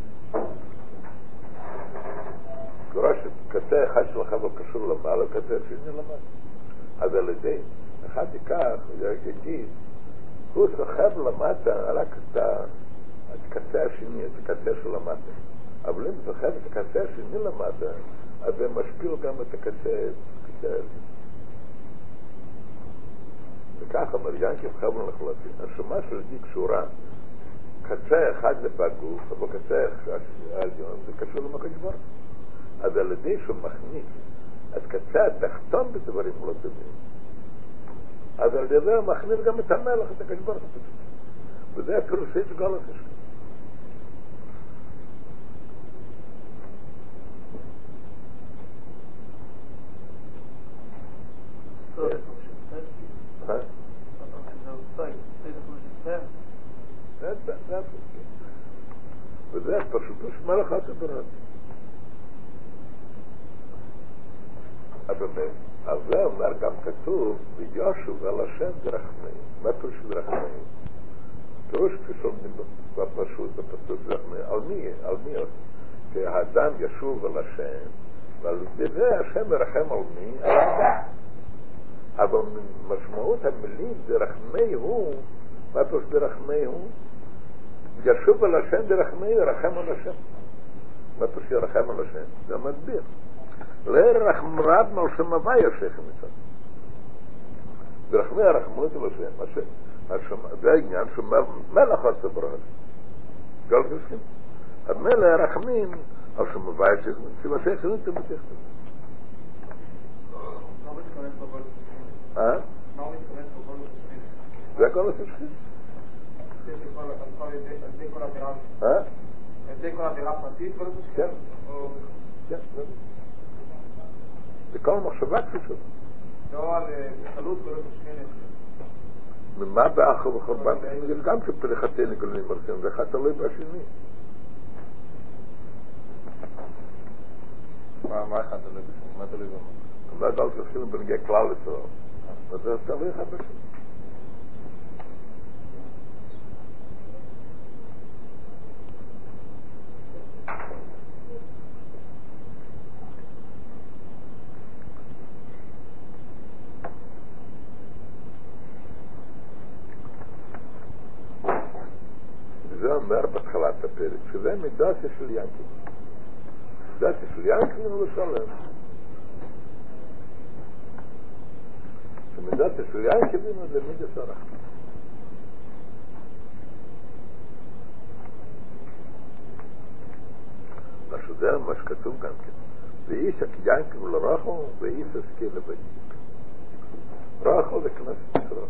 קורא שקצה אחד של החבל קשור למעלה, קצה שני למעלה. אז על ידי, אחד ייקח, יגיד, הוא סוחב למטה רק את הקצה השני, את הקצה של המטה. אבל אם סוחב את הקצה השני למטה, אז זה משפיל גם את הקצה הזה. וככה מריאנקי חבל נחלטים. הנשמה שלי קשורה, קצה אחד זה בגוף, אבל קצה העליון זה קשור למקדש ברוך. אז על ידי שהוא מכניס את קצה התחתון בדברים לא טובים, אז על ידי הוא מכניס גם את המלך, את הקדוש ברוך הוא. וזה אפילו שיש גלות יש. וזה פשוט מלך התבראת. אבל על זה אומר גם כתוב וישוב אל השם ברחמי. מה פירוש ברחמי? פירוש כשאומרים בפשוט בפסוק ברחמי. על מי? כי האדם ישוב אל השם, ועל זה השם מרחם על מי? על האדם. אבל משמעות המילים ברחמי הוא, מה פירוש ברחמי הוא? ישוב אל השם ברחמי, ירחם על השם. מה פירוש ירחם על השם? זה מסביר. לרחם רב מל שמבא ישכם מצד. ברחמי הרחמות על השם. זה העניין שמלך עושה ברכה. גל תסכים. המלך הרחמים על שמבא ישכם מצד. שימשך חינותם בתכתב. מה מתכוון פה גול תסכים? מה? מה הוא מתכוון פה גול תסכים? זה גול תסכים. על ידי כל אווירה. על ידי כל אווירה פרטית גול תסכים? כן. כן. זה כל מחשבה כפי שלו. לא על חלות גול תסכים. ממה באחר וחורבן? גם שפריחתי נגולים מרסים, זה אחד תלוי בשני. מה אחד תלוי בשני? מה תלוי במה? מה דל תסכים בנגיע כלל ישראל. וזה תלוי אחד בשני. בהתחלת הפרק, שזה מידסה של ינקי. מידסה של ינקי הוא לשלם. שמידסה של ינקי זה מידס הרחמים. זה מה שכתוב גם כן. ואיש ינקי הוא לרחם, ואיש הסקיל לבדיוק. רחם זה כנסת ישראל.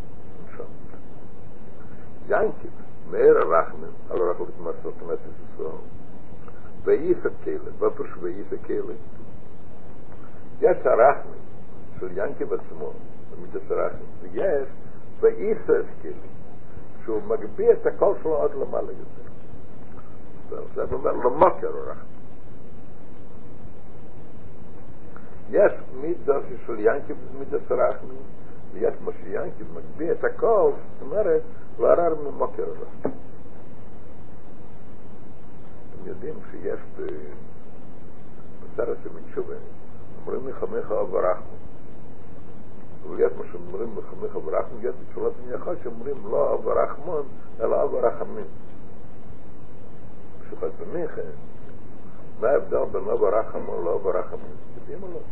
ינקי, מאיר הרחמים, על רחם לכנסת ישראל. ואיש הקהילה, בפרש ואיש הקהילה. יש הרחמים של ינקי בעצמו, במידת הרחמים, ויש ואיש הסקיל, שהוא מגביא את הכל שלו עוד למעלה יותר. זה אומר, למוקר הרחם. יש מידות של ינקי ומידות הרחמים, ויש מה שיינקי מגביא את הכל, זאת אומרת, לערר ממוקר הרחם. אתם יודעים שיש בסרט המתשובה, אומרים מחמך וברחמו. ויש מה שאומרים מחמך וברחמו, יש בתשולות מניחה שאומרים לא וברחמון, אלא וברחמים. בשביל במיכה, מה ההבדל בין לא ברחמון לא ברחמים? יודעים או לא?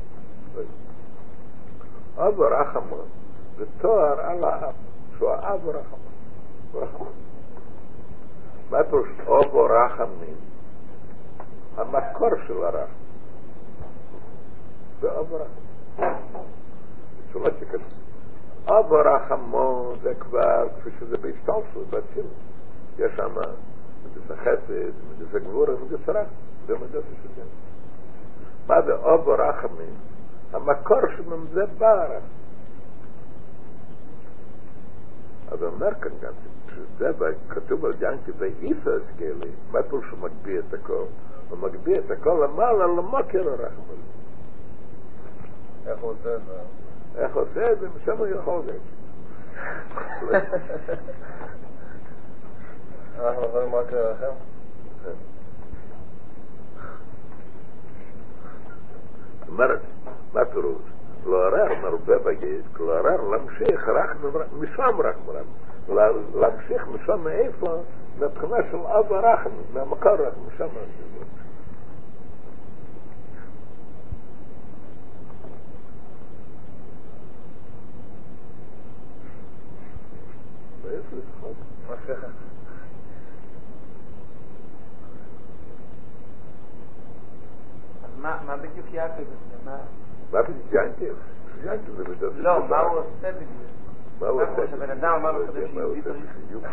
אב רחמן זה תואר על האב, שהוא האב רחמן. מה פירוש אב רחמים? המקור של הרחם. זה אב רחמן. שאלה שכתוב. אב רחמון זה כבר כפי שזה בהשתלשלות, בציל. יש שם מדס החסד, מדס הגבורה, מדס הרחם. זה מדס השם. מה זה אב רחמים? המקור שלנו זה בערך. אז אומר כאן גם שזה כתוב על ינקי ואיסה הסקלי, מה פה שהוא מגביא את הכל? הוא מגביא את הכל למעלה למוקר הרחמל. איך הוא עושה את זה? איך הוא עושה את זה? משם הוא יכול זה. אנחנו יכולים רק לרחם? זאת אומרת, מה פירוש? לעורר מרבה בגייס, לעורר להמשיך משם להמשיך משם מאיפה? מבחינה של אב הרחם, מהמקור רחם, משם ואיפה זה חוק? מה בדיוק יעקב? מה בדיוק ינקי? ינקי זה בדיוק. לא, מה הוא עושה בדיוק? מה הוא עושה? שבן אדם אמר לו קודם שיהודי צריך...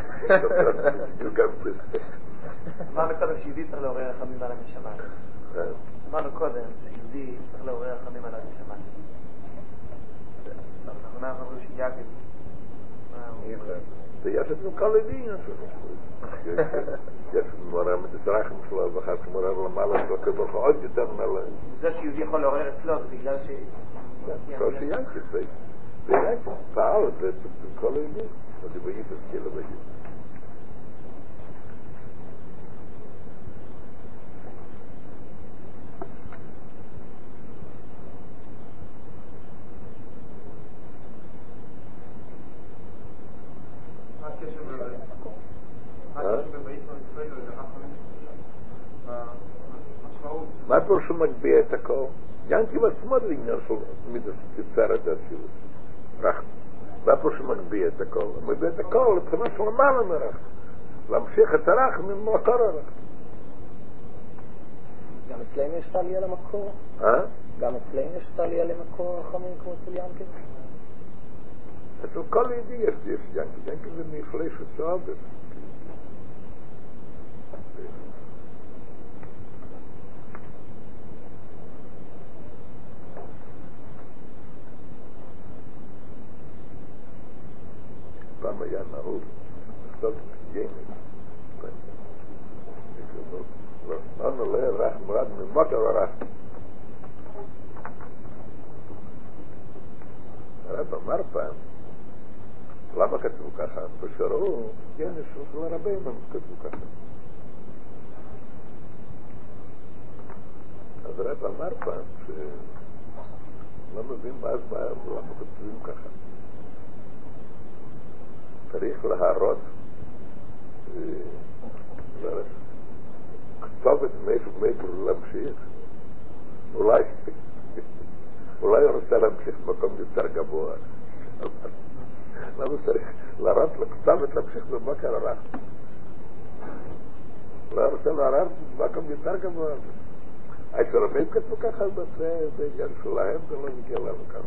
אמרנו קודם שיהודי צריך לעורר רחמים על הנשמה. אמרנו קודם שיהודי צריך לעורר רחמים על הנשמה. מה אמרו שיעקב? ויש את כל הדין. יש מורה מדסרחם שלו, ואחר כמורה למעלה, וכבר עוד יותר מעלה. זה שיהודי יכול לעורר אצלו, זה בגלל ש... כל שיינקי, ויינקי פעל בכל הדין. אז הוא יפס כאילו בדיוק. מה פירוש שהוא מגביה את הכל? ינקי בעצמו זה עניין של מידס תצרת האצילות. רחם. מה פירוש שהוא מגביה את הכל? הוא מגביה את הכל לבחינה של למעלה מרחם. להמשיך את הרחם ממקור הרחם. גם אצלנו יש תעלייה למקור? גם אצלנו יש תעלייה למקור רחמים כמו אצל ינקי? אצל כל ידי יש ינקי. ינקי זה מפלש וצועבת. פעם היה נהוג לכתוב ימין אנו לא רחם רד ממוקר הרחם. הרב אמר פעם למה כתבו ככה? פשורו ינש של הרבים הם כתבו ככה. אז הרב אמר פעם שלא מבין למה כתבים ככה. צריך להראות מאיפה להמשיך? אולי הוא רוצה להמשיך במקום יותר גבוה. למה צריך לרב לקצבת להמשיך במקר הרח? לא רוצה לרב במקום יותר גבוה. הישראלים כתבו ככה, זה עניין שלהם ולא מגיע לנו ככה.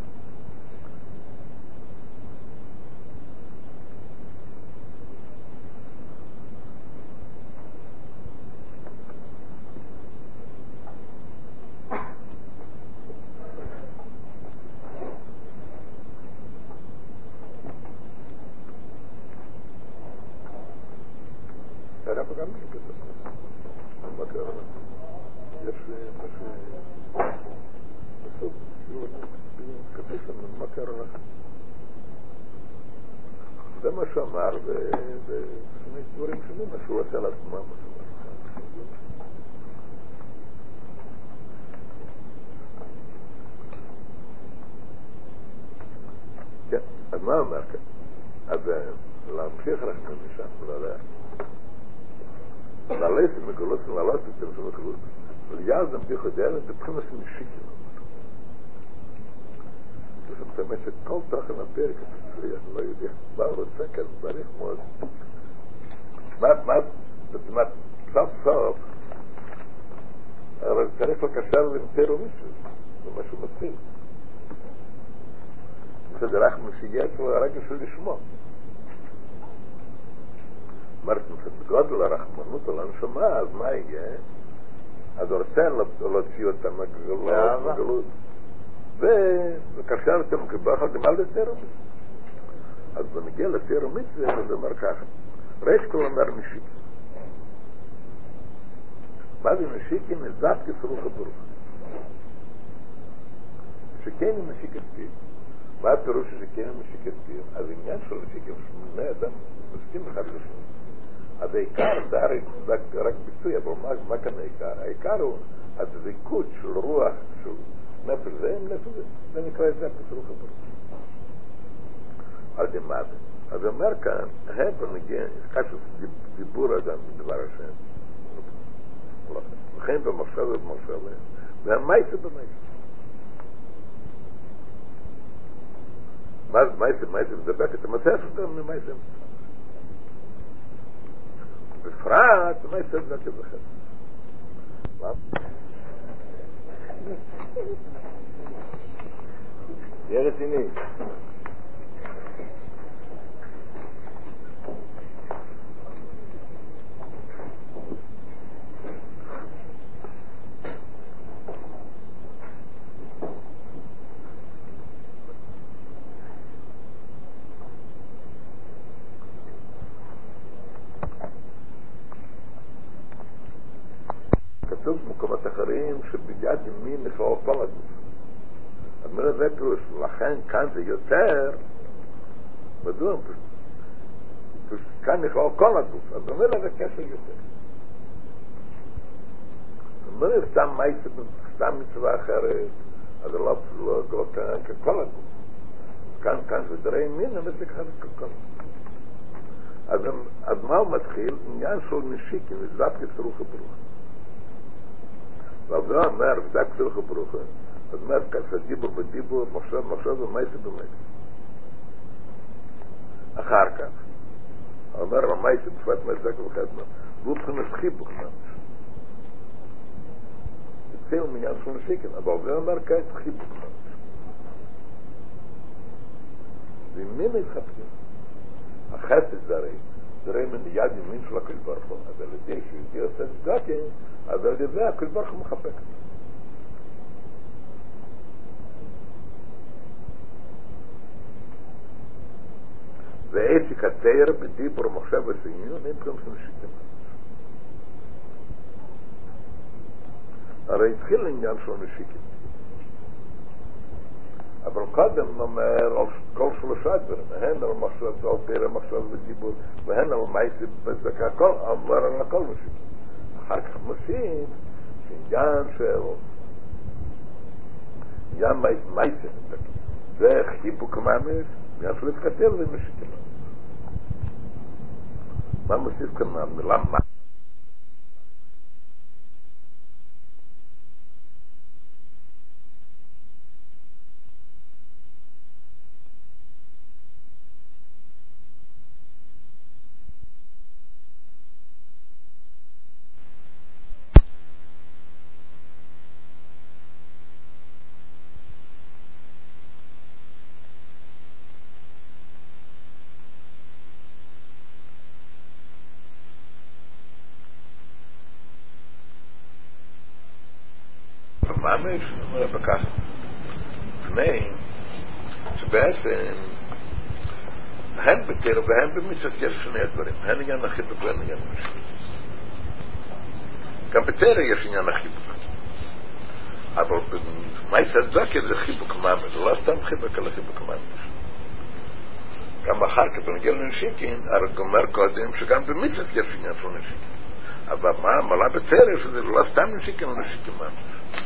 זה מה שאמר, ושני דברים שונים, מה שהוא עושה לעצמם. כן, אז מה אומר כאן? אז להמשיך רק משם, ולדעת. ללסת מגולות, ולעלות יותר מגולות. וליד נמדיך יודע, בבחינת משיקים. זאת אומרת שכל תוכן הפרק, אני לא יודע, מה הוא רוצה כאן, צריך מאוד. זאת אומרת, סוף סוף, אבל צריך לקשר למטר ומישהו, זה מה שהוא מתחיל. זה דרך משיגץ לרגע של לשמוע. אומרת, בגודל הרחמנות על הנשמה, אז מה יהיה? אז הוא רוצה להוציא אותם מגלות. וכאשר אתם כבחר דמל לתרא מצווה. אז בנגיע לתרא מצווה, זה אומר ככה. ריש כל אומר משיקים. מה זה משיקים? נזד כסרוך הברוך. שכן הם משיק את פיו. מה הפירוש שכן הם משיק את פיו? אז עניין של משיקים שמונה אדם מסכים אחד לשני. אז העיקר זה רק ביצוי, אבל מה כאן העיקר? העיקר הוא הדבקות של רוח, של נפש זה עם נפש זה נקרא את זה כסרוך הברוך. אז מה זה? אז אומר כאן, בנגיע, קשור דיבור אדם בדבר השם. לכן במחשב ובמחשב, והמייסה במייסה. מה זה מייסה? מדבק את המצב גם ממייסה. בפרט, מייסה זה כבחד. מה? תהיה רציני. כתוב במקומות אחרים שביד ימין נכלל כל הגוף. אז אומר זה פירוש, לכן כאן זה יותר, מדוע? כאן נכלל כל הגוף, אז אומר לזה קשר יותר. אומר סתם מייסה, סתם מצווה אחרת, אז לא כאן ככל הגוף. כאן זה דרי ימין, אבל זה ככה ככל הגוף. אז מה הוא מתחיל? עניין של משיקים, זה כסרוך הברוך. ועבדו אומר, זה כסרוך הברוך, אז אומר, כסר דיבור בדיבור, מחשב ומייסה במייסה. אחר כך, אומר המייסה בפרט מייסה כבחד מה, והוא בחינת חיבוק ממש. התחיל מעניין של משיקים, אבל זה אומר כעת חיבוק ממש. ומין התחבקים. החסד זה הרי מן יד ימין של הקדוש ברוך הוא, אז על ידי שיהודי עושה צדקה, אז על ידי הקדוש ברוך הוא מחבק. ועסק התאר בדיבור מחשב וסעניין, אין פגם שמשיקים. הרי התחיל העניין של משיקים. אבל קודם אומר על כל שלושה דברים, הן על מחשב, על תאר מחשב ודיבור, והן על מייסה בצדקה, אומר על הכל משיקים. אחר כך מוסיף שעניין של עניין מייסה, זה חיבוק ממש, עניין של להתכתב ומשיקים. מה מוסיף כאן מהמילה מה? ממש, אומר בכך. פני, שבעצם, הן בתרא והן במצוות יש שני הדברים. הן עניין החיבוק והן עניין המשפט. גם בתרא יש עניין החיבוק. אבל במאי צדקה זה חיבוק ממש, זה לא סתם חיבוק, אלא חיבוק ממש. גם אחר כך בנגיע לנשיקין, הרי גומר קודם שגם במצוות יש עניין של נשיקין. אבל מה, מעלה בתרא שזה לא סתם נשיקין, אלא נשיקין ממש.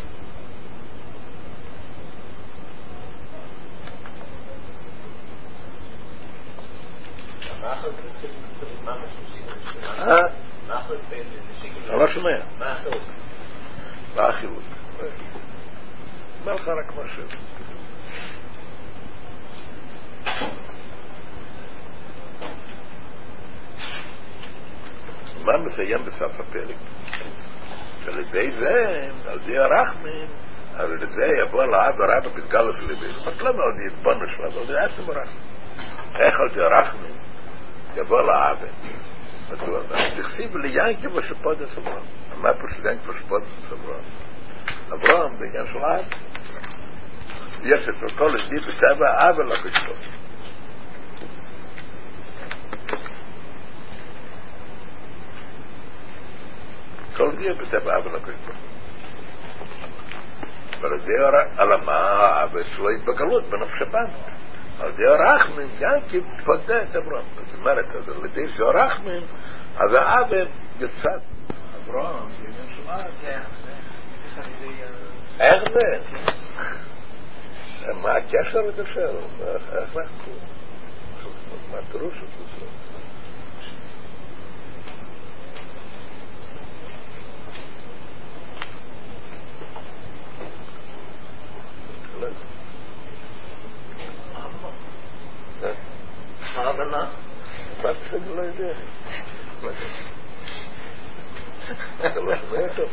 אני לא שומע. מה החילוק? מה לך רק משהו? מה מסיים בסוף הפרק? שעל ידי זה, על ידי הרחמים, על ידי זה יבוא לאב הרב בתגלס ליבי. זאת אומרת, לא מאוד יתבונו שלו, אבל זה עצם הרחמים. איך על ידי הרחמים יבוא לאב? מדוע? תכתיב ליינקי ושפוד את אברהם. מה פה שליינקי ושפוד את אברהם? אברהם בעניין של אב. יש אצל כל ידי בטבע אב אל הקשתו. כל ידי בטבע אב אל הקשתו. אבל זה על מה אב שלו התבגלות בנפשבן. על זה הרחמים ינקי פודה את אברהם. זאת אומרת, אז על ידי שהרחמים אז האב יצד אברהם בעניין של אב. איך זה? מה הקשר את השאלה? איך אנחנו? מה פירוש את זה? מה הבנה? מה שאני לא יודע? אתה לא שומע טוב?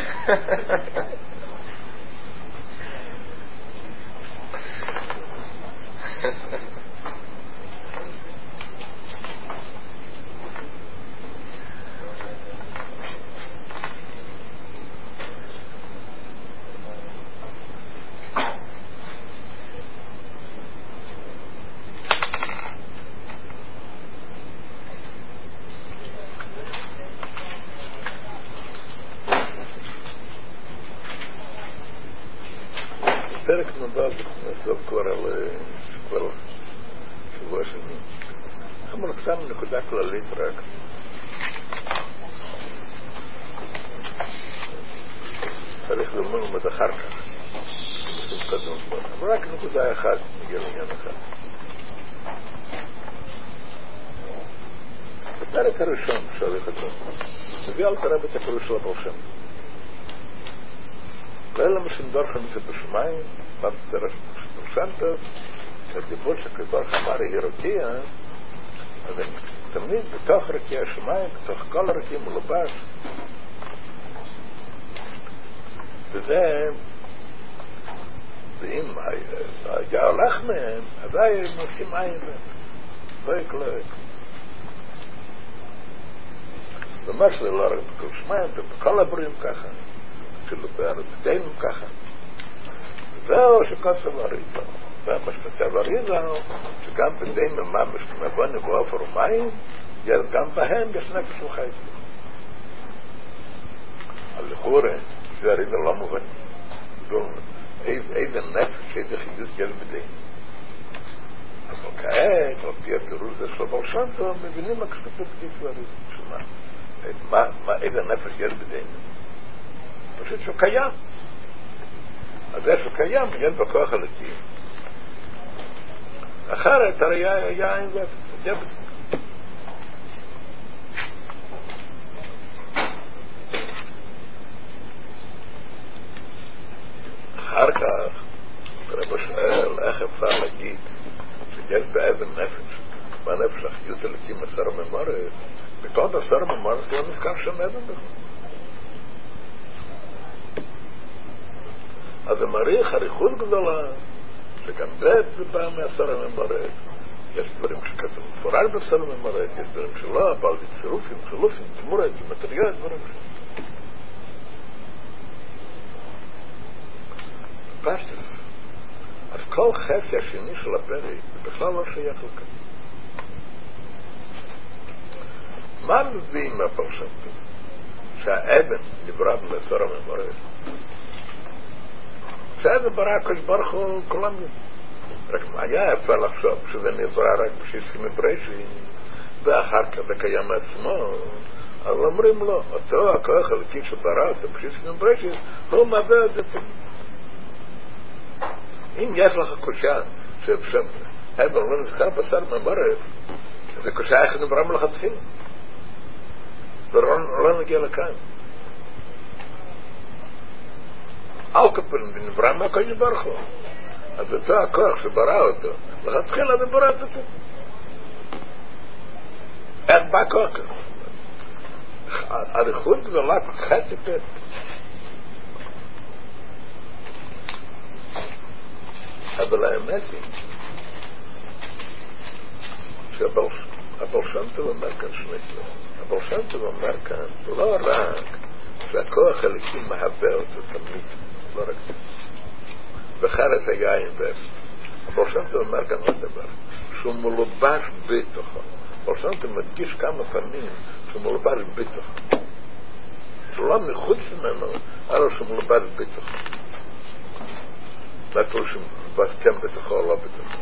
פרק נדב נחזור כבר על שבוע שני. אמרו סתם נקודה כללית רק. צריך ללמוד את אחר כך. אבל רק נקודה אחת, מגיע לעניין אחד. בפרק הראשון שהולך אותו, מביא על תראה את הפירוש של הבר שם. ואלה משנדור חמישת בשמיים, מה בדרך פרשנטו, שהדיבור שכבר חמר היא רקיע, אז הם תמיד בתוך רקיע השמיים, בתוך כל הרקיע מלובש. וזה, ואם היה הולך מהם, עדיין הם עושים עין בהם. לא יקלק. ומה שזה לא רק בכל שמיים, ובכל הבריאים ככה. אפילו בארצותינו ככה. זהו שכוסף הריזו. ומה שכוסף הריזו, שגם בדי ממש כמבוני באופר ומים, גם בהם יש נפש וחי. על לכאורה, זה הריזו לא מובן. איזה נפש, איזה חידוש יש בדי. אבל כעת, על פי הפירוש זה של בר שם טוב, מבינים מה כסף בדי של הריזו. שמה? איזה נפש יש בדי. פשוט שהוא קיים. אז זה שהוא קיים, יש בכוח הלכי. אחרת, הרי היה אין זה. אחר כך, רבו שואל, איך אפשר להגיד שיש באבן נפש, והנפש החיות הלכי מסר ממורת, בכל מסר ממורת זה לא נזכר שם אבן בכלל. אז זה מריח אריכות גדולה, שגם זה בא מהסר הממורת. יש דברים שכתוב מפורש בסר הממורת, יש דברים שלא, אבל צירופים, חילופים, תמורת, מטריות, דברים שלא. פשטס. אז כל חצי השני של הפרק זה בכלל לא שייך לכאן. מה מביאים מהפרשנות? שהאבן נברא במסור הממורא. שהאבן ברא הקדוש ברוך הוא כולם יודעים. רק מה היה אפשר לחשוב שזה נברא רק בשישים מבראשית ואחר כך זה קיים עצמו? אז אומרים לו, אותו הכוח הלקי שברא אותו בשישים מבראשית הוא מהווה את זה. אם יש לך קושה שהאבן לא נזכר בשר ממורא, זה קושה איך נברא מלכתחילה. ולא נגיע לכאן. על כפרים נברא מהקדוש ברוך הוא. אז אותו הכוח שברא אותו, לכתחילה נברא את זה. איך בא כוח כזה? אריכות גדולה חטא פת. אבל האמת היא שהבעל שם טוב אומר כאן שני דברים. הבעל שם טוב אומר כאן לא רק שהכוח הליקי מהווה אותו תמיד, לא רק זה. וחרס היין ואפס. הבעל שם טוב אומר כאן עוד דבר, שהוא מלובש בתוכו. הבעל שם טוב מדגיש כמה פעמים שהוא מלובש בתוכו. שהוא לא מחוץ ממנו, אלא שהוא מלובש בתוכו. מה פירוש שהוא מלובש כן בתוכו או לא בתוכו?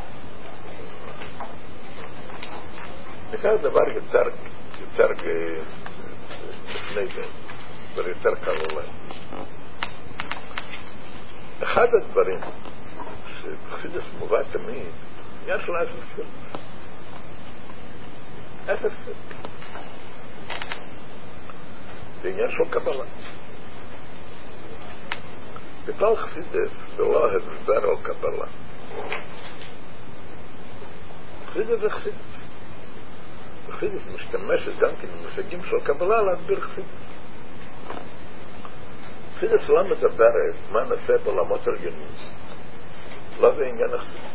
נקרא דבר יותר לפני זה, אבל יותר קל אולי. אחד הדברים שבחסידות מובא תמיד, יש לו 10 ספירות. 10 ספירות. זה עניין של קבלה. בכלל חסידות זה לא הסבר על קבלה. חסידות זה חסידות. חסידות משתמשת גם כן במושגים של קבלה להסביר חסידות. חסידות לא מדברת מה נעשה בעולמות עליונים. לא זה עניין החסידות.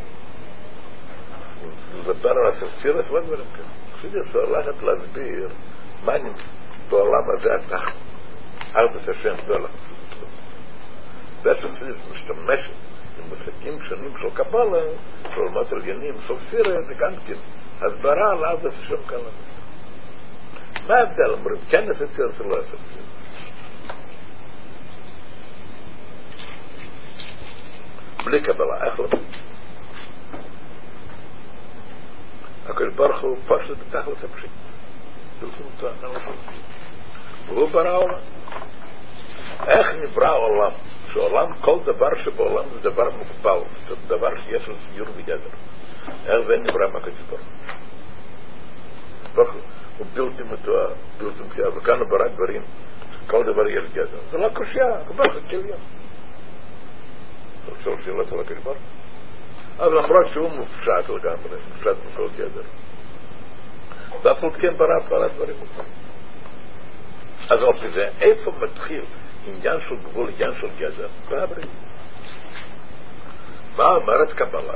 לדבר על הספירות ודברים כאלה. חסידות הולכת להסביר מה בעולם הזה התחת. ארבעת השם דולה. זה שחסידות משתמשת במושגים שונים של קבלה, של עולמות עליונים, של ספירות, זה גם כן הסברה על ארבעת השם כאלה. מה ההבדל? אומרים, כן הספירות זה לא הספירות. בלי קבלה, איך לא? הקדוש ברוך הוא פשוט בתכלס הפשיט. והוא ברא עולם. איך נברא עולם? שעולם, כל דבר שבעולם זה דבר מוגבל, זה דבר שיש לו ציור וגדר. איך זה נברא מהקדוש ברוך הוא? הוא בלתי מתואר, בלתי מתואר, וכאן הוא ברא דברים, כל דבר יש גדר. זה לא קושיה, כבר חכליה. עכשיו שאלות על הקדוש ברוך הוא. אז למרות שהוא מופשט לגמרי, מופשט מכל גדר. ואף הוא כן ברא כל הדברים מוגבלים. אז על פי זה, איפה מתחיל עניין של גבול, עניין של גדר? בעברית. מה אומרת קבלה?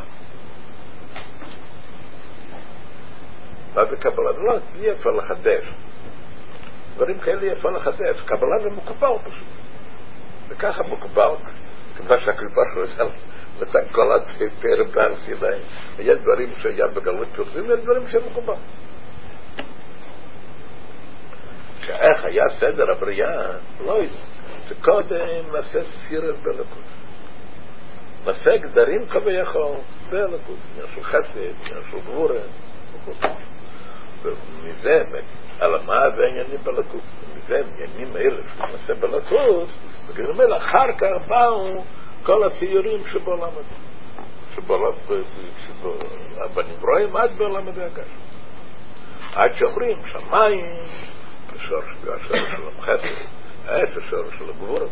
מה זה קבלה? זה לא, אי אפשר לחדש. דברים כאלה אי אפשר לחדש. קבלה זה מוקבל פשוט. וככה מוקבל. כמו שהקדוש ברוך הוא נתן כל היתר בהר סיני. יש דברים שהיה בגלות פרסים, יש דברים שמקובל. שאיך היה סדר הבריאה, לא יודע. שקודם נעשה ספירת בלקות. נעשה גדרים כביכול בלקות. עניין של חסד, עניין של גבורה. ומזה, על מה זה עניינים בלקות. ומזה עניינים האלה שנעשה בלקות, וכן אומר, אחר כך באו כל הציורים שבעולם הזה. בנברואים עד בעולם הזה הגש. עד שאומרים, שמיים, השורש של המחסד, השורש של הגבורה.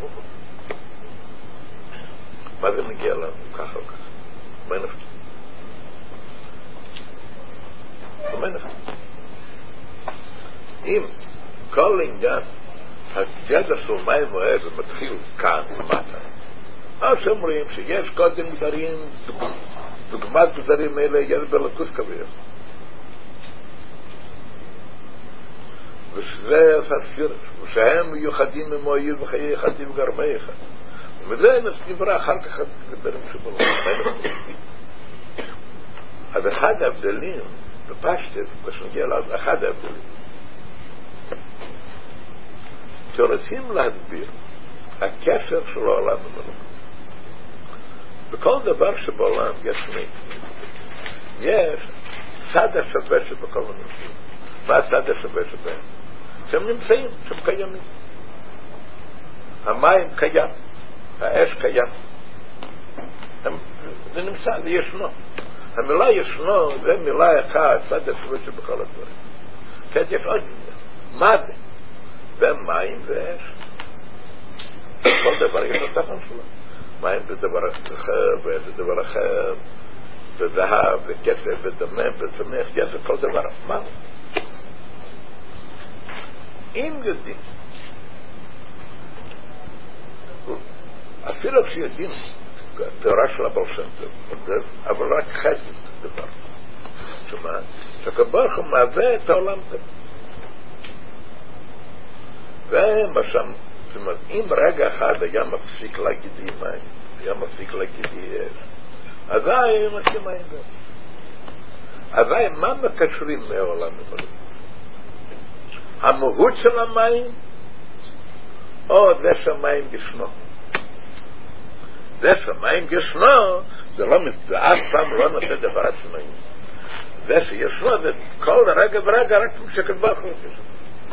מה זה מגיע לנו? ככה או ככה. מה נפקי? מה נפקי? אם כל עניין הגדר של מים אוהב ומתחיל כאן למטה, אז אומרים שיש קודם גדרים, דוגמת גדרים האלה יש בלקוס כביר. ושזה הספירות, ושהם מיוחדים ממועיל וחיי יחדים וגרמי אחד. וזה נברא אחר כך דברים שבעולם. אז אחד ההבדלים בפשטות, כשנגיע לעוד אחד ההבדלים, שרוצים להסביר הקשר של העולם עם אלוהים. בכל דבר שבעולם יש שני, יש צד השווה שבכל הנושאים. מה הצד השווה שבהם? שהם נמצאים, שהם קיימים. המים קיים, האש קיים, זה נמצא, זה ישנו. המילה ישנו זה מילה אחת, צד השווה שבכל הדברים. כן, יש עוד מה זה? זה מים ואש. כל דבר יש התוכן שלו. מים זה דבר אחר, ואש זה דבר אחר, וזהב, וכסף, ודמם, וצמח, יש כל דבר. מה? אם יודעים, אפילו כשיודעים תורה של הבעל שם טוב, אבל רק חסד דבר. שמה? שהקדוש הוא מהווה את העולם טוב. ומה שם, זאת אומרת, אם רגע אחד היה מפסיק להגידי מים, היה מפסיק להגידי אש, אזי מפסיק מים גם. אזי מה מקשרים מהעולם עם אלוהים? המהות של המים, או זה שהמים ישנו. זה שהמים ישנו, זה לא אף פעם לא נושא דבר עצמאי. זה שישנו, זה כל רגע ורגע רק משקל באחרות ישנו.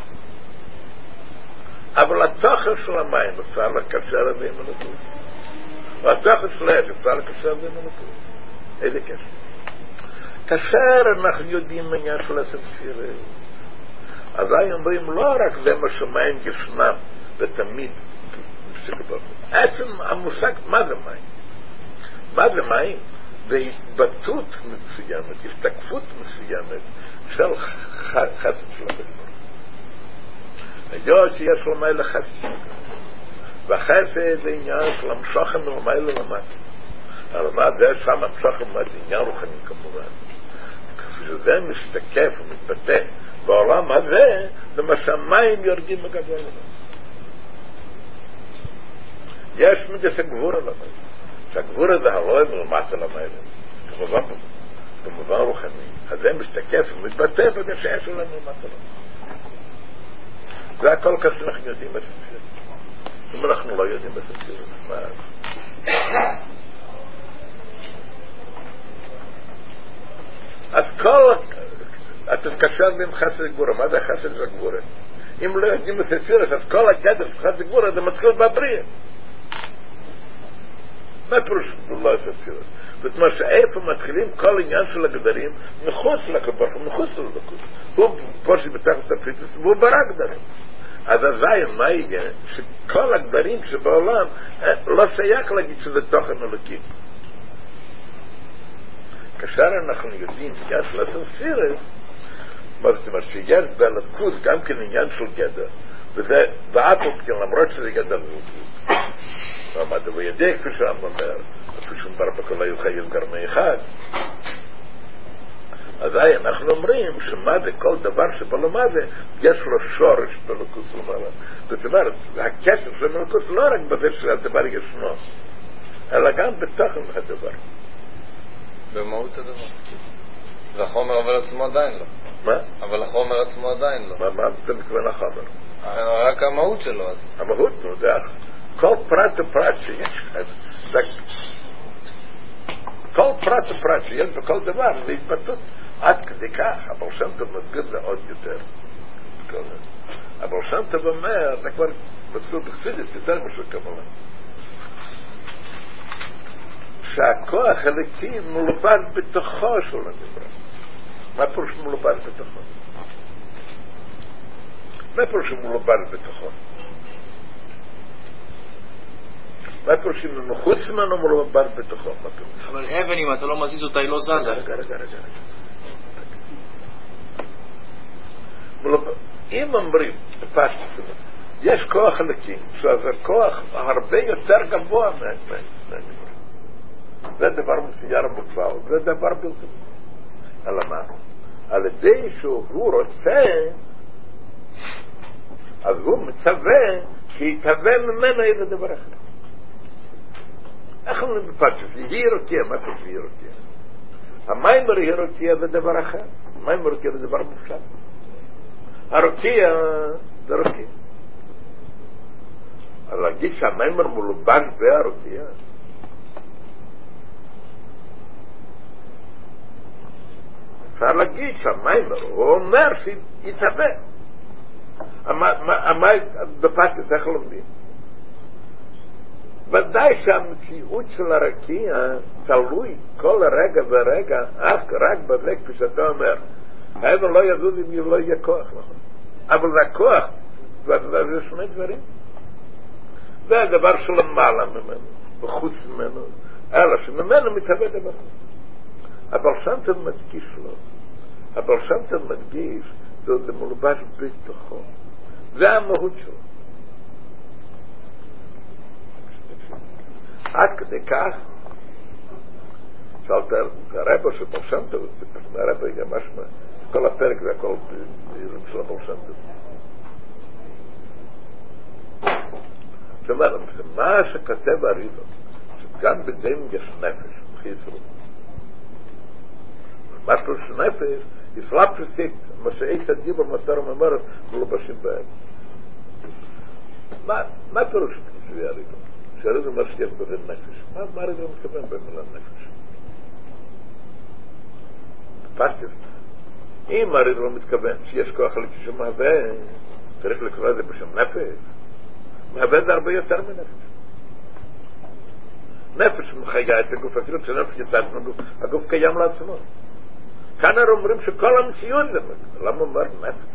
אבל התוכן של המים אפשר לקשר את זה עם הנקוד. והתוכן של האש אפשר לקשר את זה עם הנקוד. איזה קשר? כאשר אנחנו יודעים עניין של הספירה, אז אומרים לא רק זה מה שמים ישנם ותמיד עצם המושג מה זה מים? מה זה מים? והתבטאות מסוימת, השתקפות מסוימת של חסד של הבן. היות שיש לו מיילה חסד, והחסד זה עניין של המשוכן ומיילה למטה. אבל מה זה שם המשוכן ומיילה? זה עניין רוחני כמובן. כשזה משתקף ומתבטא בעולם הזה, זה מה שהמים יורדים מגדול למטה. יש מגס הגבור על המים. שהגבור הזה הלא מלמטה למים. כמובן רוחני. אז זה משתקף ומתבטא בגשעה שלנו מלמטה למים. זה הכל כך שאנחנו יודעים בספיר. אם אנחנו לא יודעים בספיר, מה? אז כל... אתה תקשר עם חסד גבורה. מה זה חסד של גבורה? אם לא יודעים בספיר, אז כל הגדר של חסד גבורה זה מתחיל בבריאה. מה פירוש לא הספיר? זאת אומרת שאיפה מתחילים כל עניין של הגדרים מחוץ לקבח, מחוץ ללקות. הוא פושט בתחת הפריטוס, והוא ברא גדרים. אז אזי מה יהיה? שכל הגדרים שבעולם לא שייך להגיד שזה תוכן אלוקי. כאשר אנחנו יודעים יש לספירס, מה זאת אומרת שיש בלקות גם כן עניין של גדר, וזה באפות כן למרות שזה גדר אלוקי. ועמד וידי כפי שהרמב"ם אומר, כפי שאומר בכל היו חיים גרמי אחד. אז אנחנו אומרים שמה זה כל דבר שבלמה זה יש לו שורש בלוקוס למעלה. זאת אומרת, הקשר של מלוקוס לא רק בזה שהדבר ישנו, אלא גם בתוכן הדבר. במהות הדבר. והחומר אבל עצמו עדיין לא. מה? אבל החומר עצמו עדיין לא. מה זה מכוון החומר? רק המהות שלו אז. המהות, נו, זה כל פרט ופרט שיש, כל פרט ופרט שיש בכל דבר זה התבטאות עד כדי כך. אבל שם טוב מסגיר זה עוד יותר. אבל שם טוב אומר, זה כבר מצלול בחסידות יותר משהו כמובן, שהכוח הלקי מולבן בתוכו של הנברא. מה פירוש מולבן בתוכו? מה פירוש מולבן בתוכו? מה פירוש מחוץ ממנו מולבן בתוכו? אבל אבן אם אתה לא מזיז אותה היא לא זזה. רגע. אם אומרים בפשטות, יש כוח הלקי, שזה כוח הרבה יותר גבוה מהנברא. זה דבר מסייר בכלל, זה דבר בלתי. אלא מה? על ידי שהוא רוצה, אז הוא מצווה שיתהווה ממנו איזה דבר אחר. איך אומרים בפשטוס? היא רוקיע, מה פשוט היא רוקיע? המיימר היא רוקיע ודבר אחר. המיימר רוקיע ודבר מופשט. הרוקיע זה רוקיע. אבל להגיד שהמיימר מולובש בהרוקיע, אפשר להגיד שהמיימר, הוא אומר שיתהווה. בפשטוס איך לומדים? ודאי שהמציאות של הרקיע תלוי כל רגע ורגע רק בזה, כפי שאתה אומר, האבן לא יזוז אם לא יהיה כוח, נכון? אבל זה הכוח, זה שני דברים. זה הדבר שלמעלה ממנו, בחוץ ממנו, אלא שממנו מתהווה דבר. אבל שם אתה מדגיש לו, אבל שם אתה מדגיש, זה מולבש בתוכו. זה המהות שלו. עד כדי כך שאלת הרבא שבלשם טוב, הרבא היא גם משמע, כל הפרק זה הכל בעירים של הבלשם טוב. זאת אומרת, מה שכתב הריבו, שגם בדם יש נפש, חיסרו. מה שלוש נפש, יסלאפ שסיק, מה שאיס הדיבר מסר וממרת, מלובשים בהם. מה פירוש שזה הריבו? שהריבו אומר שיש בזה נפש. מה הריבו מתכוון במילה נפש? פשטס. אם הריבו מתכוון שיש כוח לכשם מהווה, צריך לקרוא את זה בשם נפש. מהווה זה הרבה יותר מנפש. נפש מחיה את הגוף, אפילו כשנפש יצאת מהגוף, הגוף קיים לעצמו. כאן אומרים שכל המציאות זה, למה אומר נפש?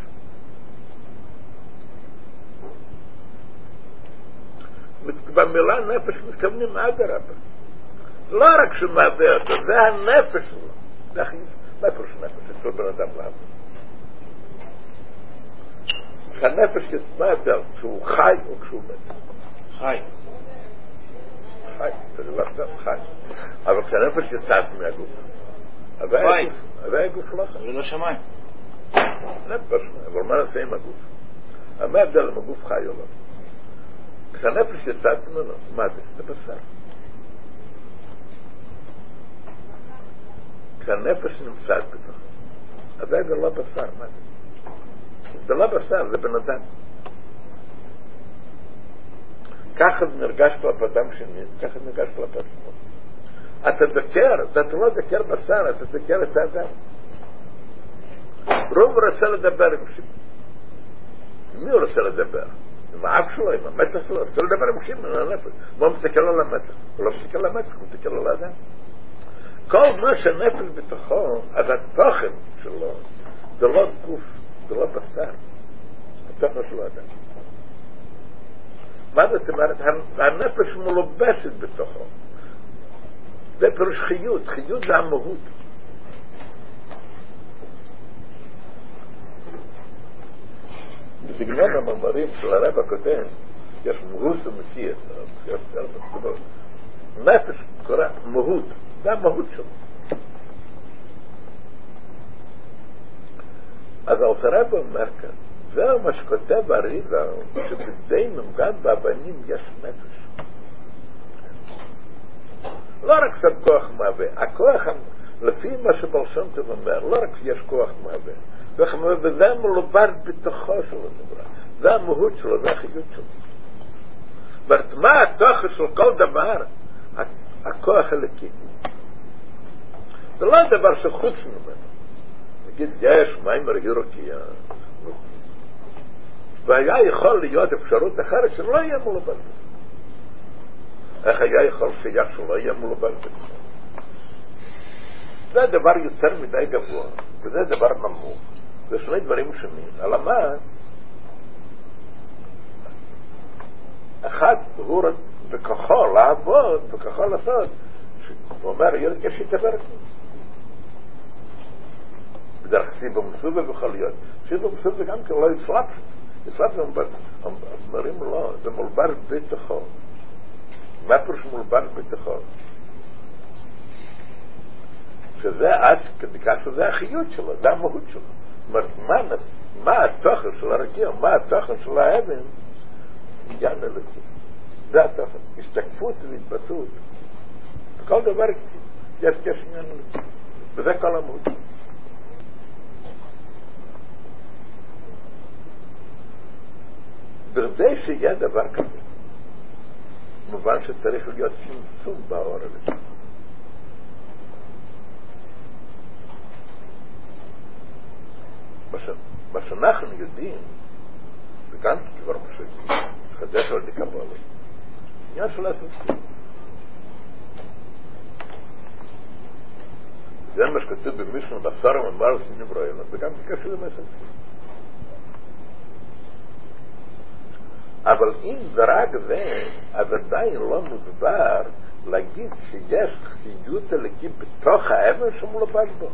במילה נפש מתכוונים עד הרבה. לא רק שמהווה אותו, זה הנפש שלו. זה הכי נפש נפש, אצל בן אדם לעבוד. שהנפש יצמה יותר, כשהוא חי או כשהוא מת. חי. חי, זה לא חי. אבל כשהנפש יצאת מהגוף, הווי הגוף לא חי. זה לא שמיים. אבל מה נעשה עם הגוף? מה ההבדל אם הגוף חי או לא? כשהנפש יצאת ממנו, מה זה? זה בשר. כשהנפש נמצאת בתוך, הווי זה לא בשר, מה זה? זה לא בשר, זה בן אדם. ככה זה נרגש כלפתם שני, ככה זה נרגש כלפת שמו. אתה דקר, אתה לא דקר בשר, אתה דקר את האדם. רוב רוצה לדבר עם שמעון. מי הוא רוצה לדבר? עם האב שלו, עם המצח שלו, רוצה לדבר עם שמעון, עם הנפש. הוא מסתכל על המצח. הוא לא מסתכל על המצח, הוא מסתכל על האדם. כל מה שנפש בתוכו, אז התוכן שלו, זה לא גוף, זה לא בשר. התוכן שלו האדם. מה זאת אומרת? הנפש מלובשת בתוכו. זה פירוש חיות. חיות זה המהות. בסגנון המאמרים של הרב הקודם, יש מהות ומציאות. נפש קורא מהות. זה המהות שלו. אז הרב אומר כאן, זהו מה שכותב הריבה, שבדיינו גם באבנים יש נפש. לא רק שם כוח מהווה, הכוח, לפי מה שבלשם טוב אומר, לא רק שיש כוח מהווה, וזה מלובש בתוכו של הדבר. זה המהות שלו, זה החיות שלו. זאת מה התוכן של כל דבר? הכוח הלקי. זה לא דבר שחוץ ממנו. נגיד, יש מים רגירוקייה. והיה יכול להיות אפשרות אחרת שלא יהיה מולובש. איך היה יכול שייך שלא יהיה מולובש? זה דבר יותר מדי גבוה, וזה דבר נמוך. זה שני דברים שונים. אלא מה? אחד הוא בכוחו לעבוד, בכוחו לעשות. הוא אומר, יש יתבר כזה. בדרך סיבה מסובה בכל להיות. סיבה מסובה גם כן לא יצלח. יצלח זה אומרים לא, זה מולבר בתוכו. מה פירוש מולבר בתוכו? שזה עד כדי כך שזה החיות שלו, זה המהות שלו. זאת אומרת, מה התוכן של הרקיע, מה התוכן של האבן? עניין אלוקי. זה התוכן. השתקפות והתבטאות כל דבר יש עניין, וזה כל המהות. בכדי שיהיה דבר כזה, מובן שצריך להיות צמצום באור הזה. מה שאנחנו יודעים, וגם כבר משהו, חדש על דקבולה, עניין של הצמצום. זה מה שכתוב במשנה, בשר וממר סנבראים, וגם קשה למסך. אבל אם זה רק זה, אז עדיין לא מדבר להגיד שיש חיות אלוקית בתוך האבן שמולבש בו.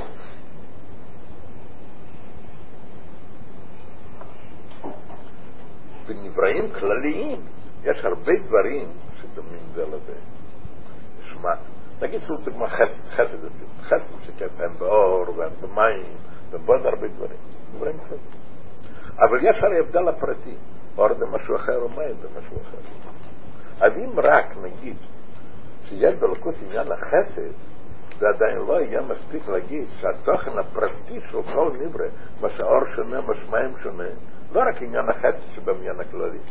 בנבראים כלליים יש הרבה דברים שדומים זה לזה. נשמע, נגיד שהוא דוגמה חסד שכתב באור ובמים ובעוד הרבה דברים. דברים כלליים. אבל יש הרי הבדל הפרטי. אור זה משהו אחר ומים זה משהו אחר. אז אם רק נגיד שיש בלכות עניין החסד, זה עדיין לא יהיה מספיק להגיד שהתוכן הפרטי של כל נברא, מה שהאור שונה, מה שמים שונה, לא רק עניין החסד שבעניין הכללי.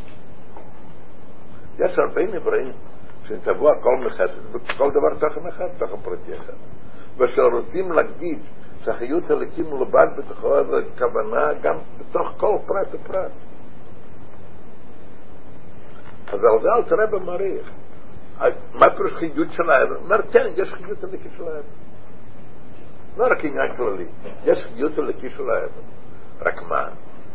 יש הרבה נבראים שנטבעו הכל מחסד, וכל דבר תוכן אחד, תוכן פרטי אחד. ושרוצים להגיד שהחיות אלוקים מלובד בתוכו, זה כוונה גם בתוך כל פרט ופרט. אז על זה אל תראה במעריך. מה פירוש חיות של האבן? אומר, כן, יש חיות אלוקי של האבן. לא רק עניין כללי, יש חיות אלוקי של האבן. רק מה?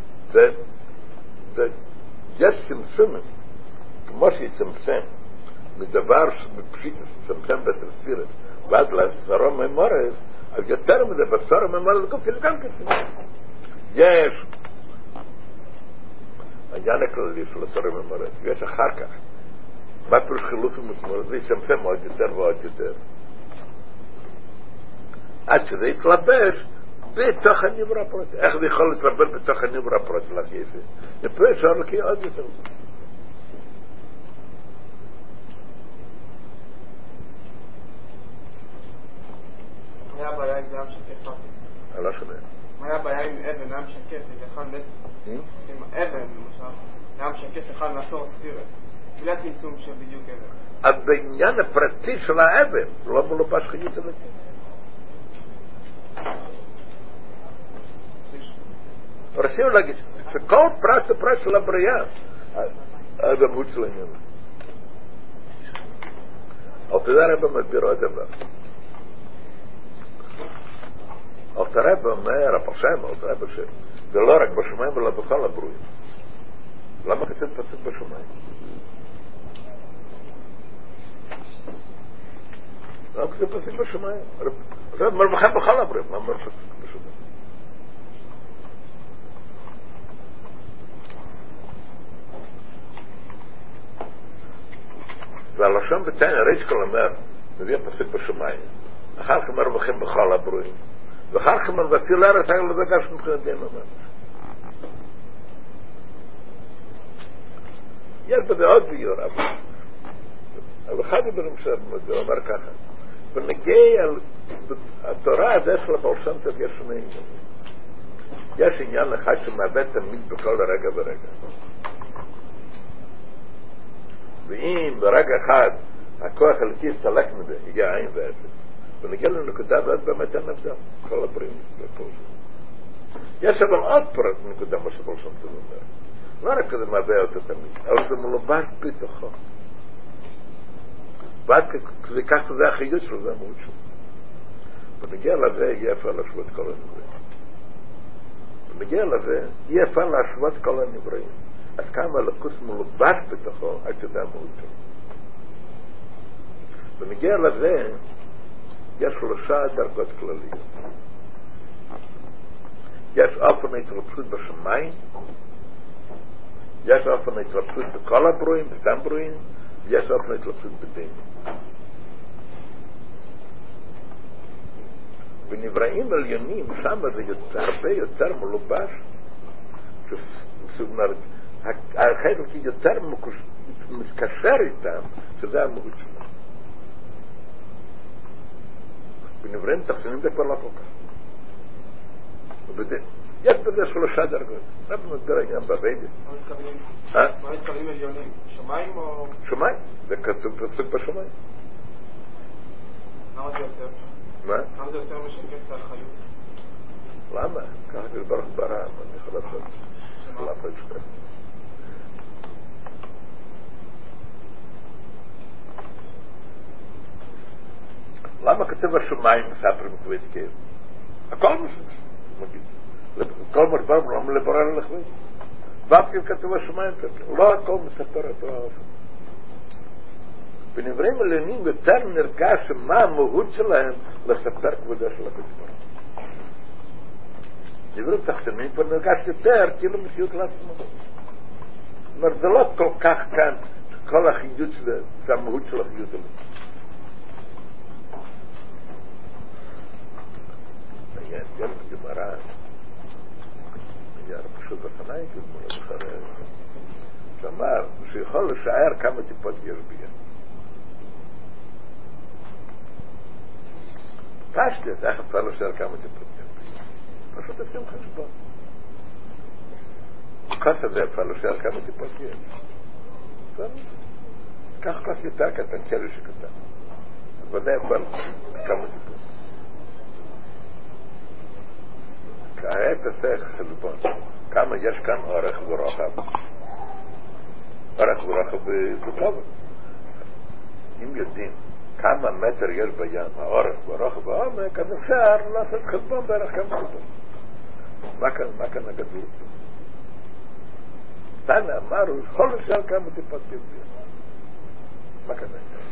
יש צמצומים, כמו שיצמצם, מדבר שבפשיט צמצם בתרסירת, ועד לסרו ממורס, אז יותר מזה, בסרו ממורס, גם כסף. יש העניין הכללי של הסורים ממורס, ויש אחר כך מה פירוש חילוף ומתמורס, זה יצמצם עוד יותר ועוד יותר עד שזה יתלבש בתוך הנברא הפרטי. איך זה יכול להתלבש בתוך הנברא הפרטי לך יפה? ופה אפשר לקרוא עוד יותר. מה היה הבעיה עם זה עם שקט פרטי? לא שומע. מה היה הבעיה עם אבן, עם שקט, זה אחד עם אבן, למשל, עם שקט אחד מעשור ספירס. בלי הצמצום של בדיוק אבן. אז בעניין הפרטי של האבן, לא מלובש חיות אלוקית. רצינו להגיד שכל פרט ופרט של הבריאה, אז המהות של העניין. אבל תדע רבה מסביר עוד דבר. אל תראה באמר, הפרשיים, אל תראה בשם. זה לא רק בשמיים, אלא בכל הברואים. למה כתוב פסוק בשמיים? למה כתוב פסוק בשמיים? זה אומר בכם בכל הברואים, מה אומר פסוק בשמיים? והלשון בתניא ריש כל אומר, מביא פסוק בשמיים. אחר כך אומר בכם בכל הברואים. ואחר כך אומר, ואפילו ארץ היה לדגש מבחינתנו ממש. יש בזה עוד ביור, אבל אחד דברים זה אומר ככה, ונגיע התורה הזה של הבר שם טוב יש שני עניינים. יש עניין אחד שמאבד תמיד בכל רגע ורגע. ואם ברגע אחד הכוח הלכי יסתלק מזה, הגיע עין ואפס, ונגיע לנקודה ואז באמת אין הבדל, כל הבריאים לפה. יש אבל עוד פרט נקודה מה שבר שם טוב אומר. לא רק כזה מהווה אותו תמיד, אבל זה מלובש בתוכו. ועד כזה כך זה החיות שלו, זה המהות שלו. ונגיע לזה, יהיה אפשר להשוות כל הנבראים. ונגיע לזה, יהיה אפשר להשוות כל הנבראים. אז כמה הלכוס מלובש בתוכו, עד שזה המהות שלו. ונגיע לזה, יש 3 דרגות כלליות. יש אופן התרפשות בשמיים, יש אופן התרפשות בכל הברואים, בסתם ברואים, ויש אופן התרפשות בדין. בנבראים עליונים, שם זה הרבה יותר מלובש, החלק יותר מתקשר איתם, שזה המהות שלו. בנבראים תחתונים זה כבר לא כל כך. יש בזה 3 דרגות. אנחנו מדבר העניין בביידי. מה מתכוונים עליונים? שמיים או... שמיים. זה כתוב פסוק בשמיים. למה זה יותר? מה? למה זה יותר משקף את החיות? למה? ככה זה ברח ברע, אני יכול לעשות. חלפה את שכם. למה כתוב השמיים מספרים כבד כאב? הכל מגיד. כל מדבר לא מלברר לכבד. דווקא כתוב השמיים כתוב. לא הכל מספר את האופן. בנבראים עליונים יותר נרגש מה המהות שלהם לספר כבודה של הקדוש. נבראים תחתונים כבר נרגש יותר כאילו מציאות לעצמו. זאת אומרת, זה לא כל כך כאן כל החיות זה המהות של החיות שלו. היה בגמרא היה פשוט בפניי שאמר שיכול לשער כמה טיפות יש ביה. פשטת, איך אפשר לשער כמה טיפות יש ביה? פשוט עושים חשבון. כוס הזה אפשר לשער כמה טיפות יש. כך כוס יותר קטן, קרש קטן. אבל זה אפשר כמה טיפות. כעת עושה חשבון. כמה יש כאן אורך ורוחב. אורך ורוחב בכובד. אם יודעים כמה מטר יש בים, האורך ורוחב העומק, אז אפשר לעשות חשבון בערך כמה טיפות. מה כאן הגדלות? תנא אמרו, יכול לשאול כמה טיפות יש בים. מה כאן הייתה?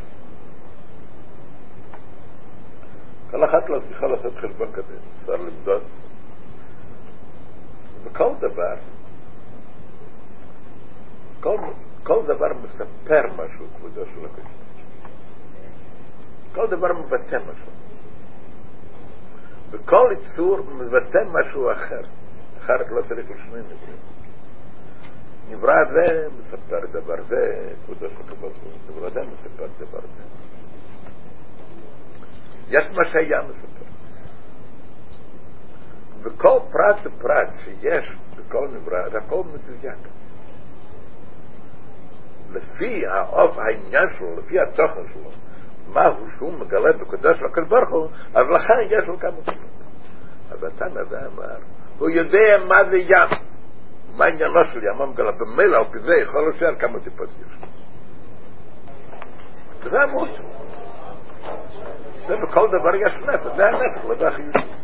כל אחת לא צריכה לעשות חשבון כזה. אפשר למדוד. וכל דבר, כל דבר מספר משהו, כבודו של הקדוש. כל דבר מבטא משהו. וכל יצור מבטא משהו אחר. אחרת לא צריך לשני נבראים. נברא זה מספר דבר זה, כבודו של הקדוש. נברא זה מספר דבר זה. יש מה שהיה מספר. וכל פרט ופרט שיש בכל נברא, זה הכל מדויק. לפי העניין שלו, לפי התוכן שלו, מהו שהוא מגלה בקדוש לקדוש ברוך הוא, אז לכן יש לו כמה טיפות. אז התנא הזה אמר, הוא יודע מה זה ים, מה עניינו של ים, מגלה במילא על פי זה יכול לשאול כמה טיפות יש. וזה המהות שלו. זה בכל דבר יש נפש, זה הנפש, לא זה החיובי.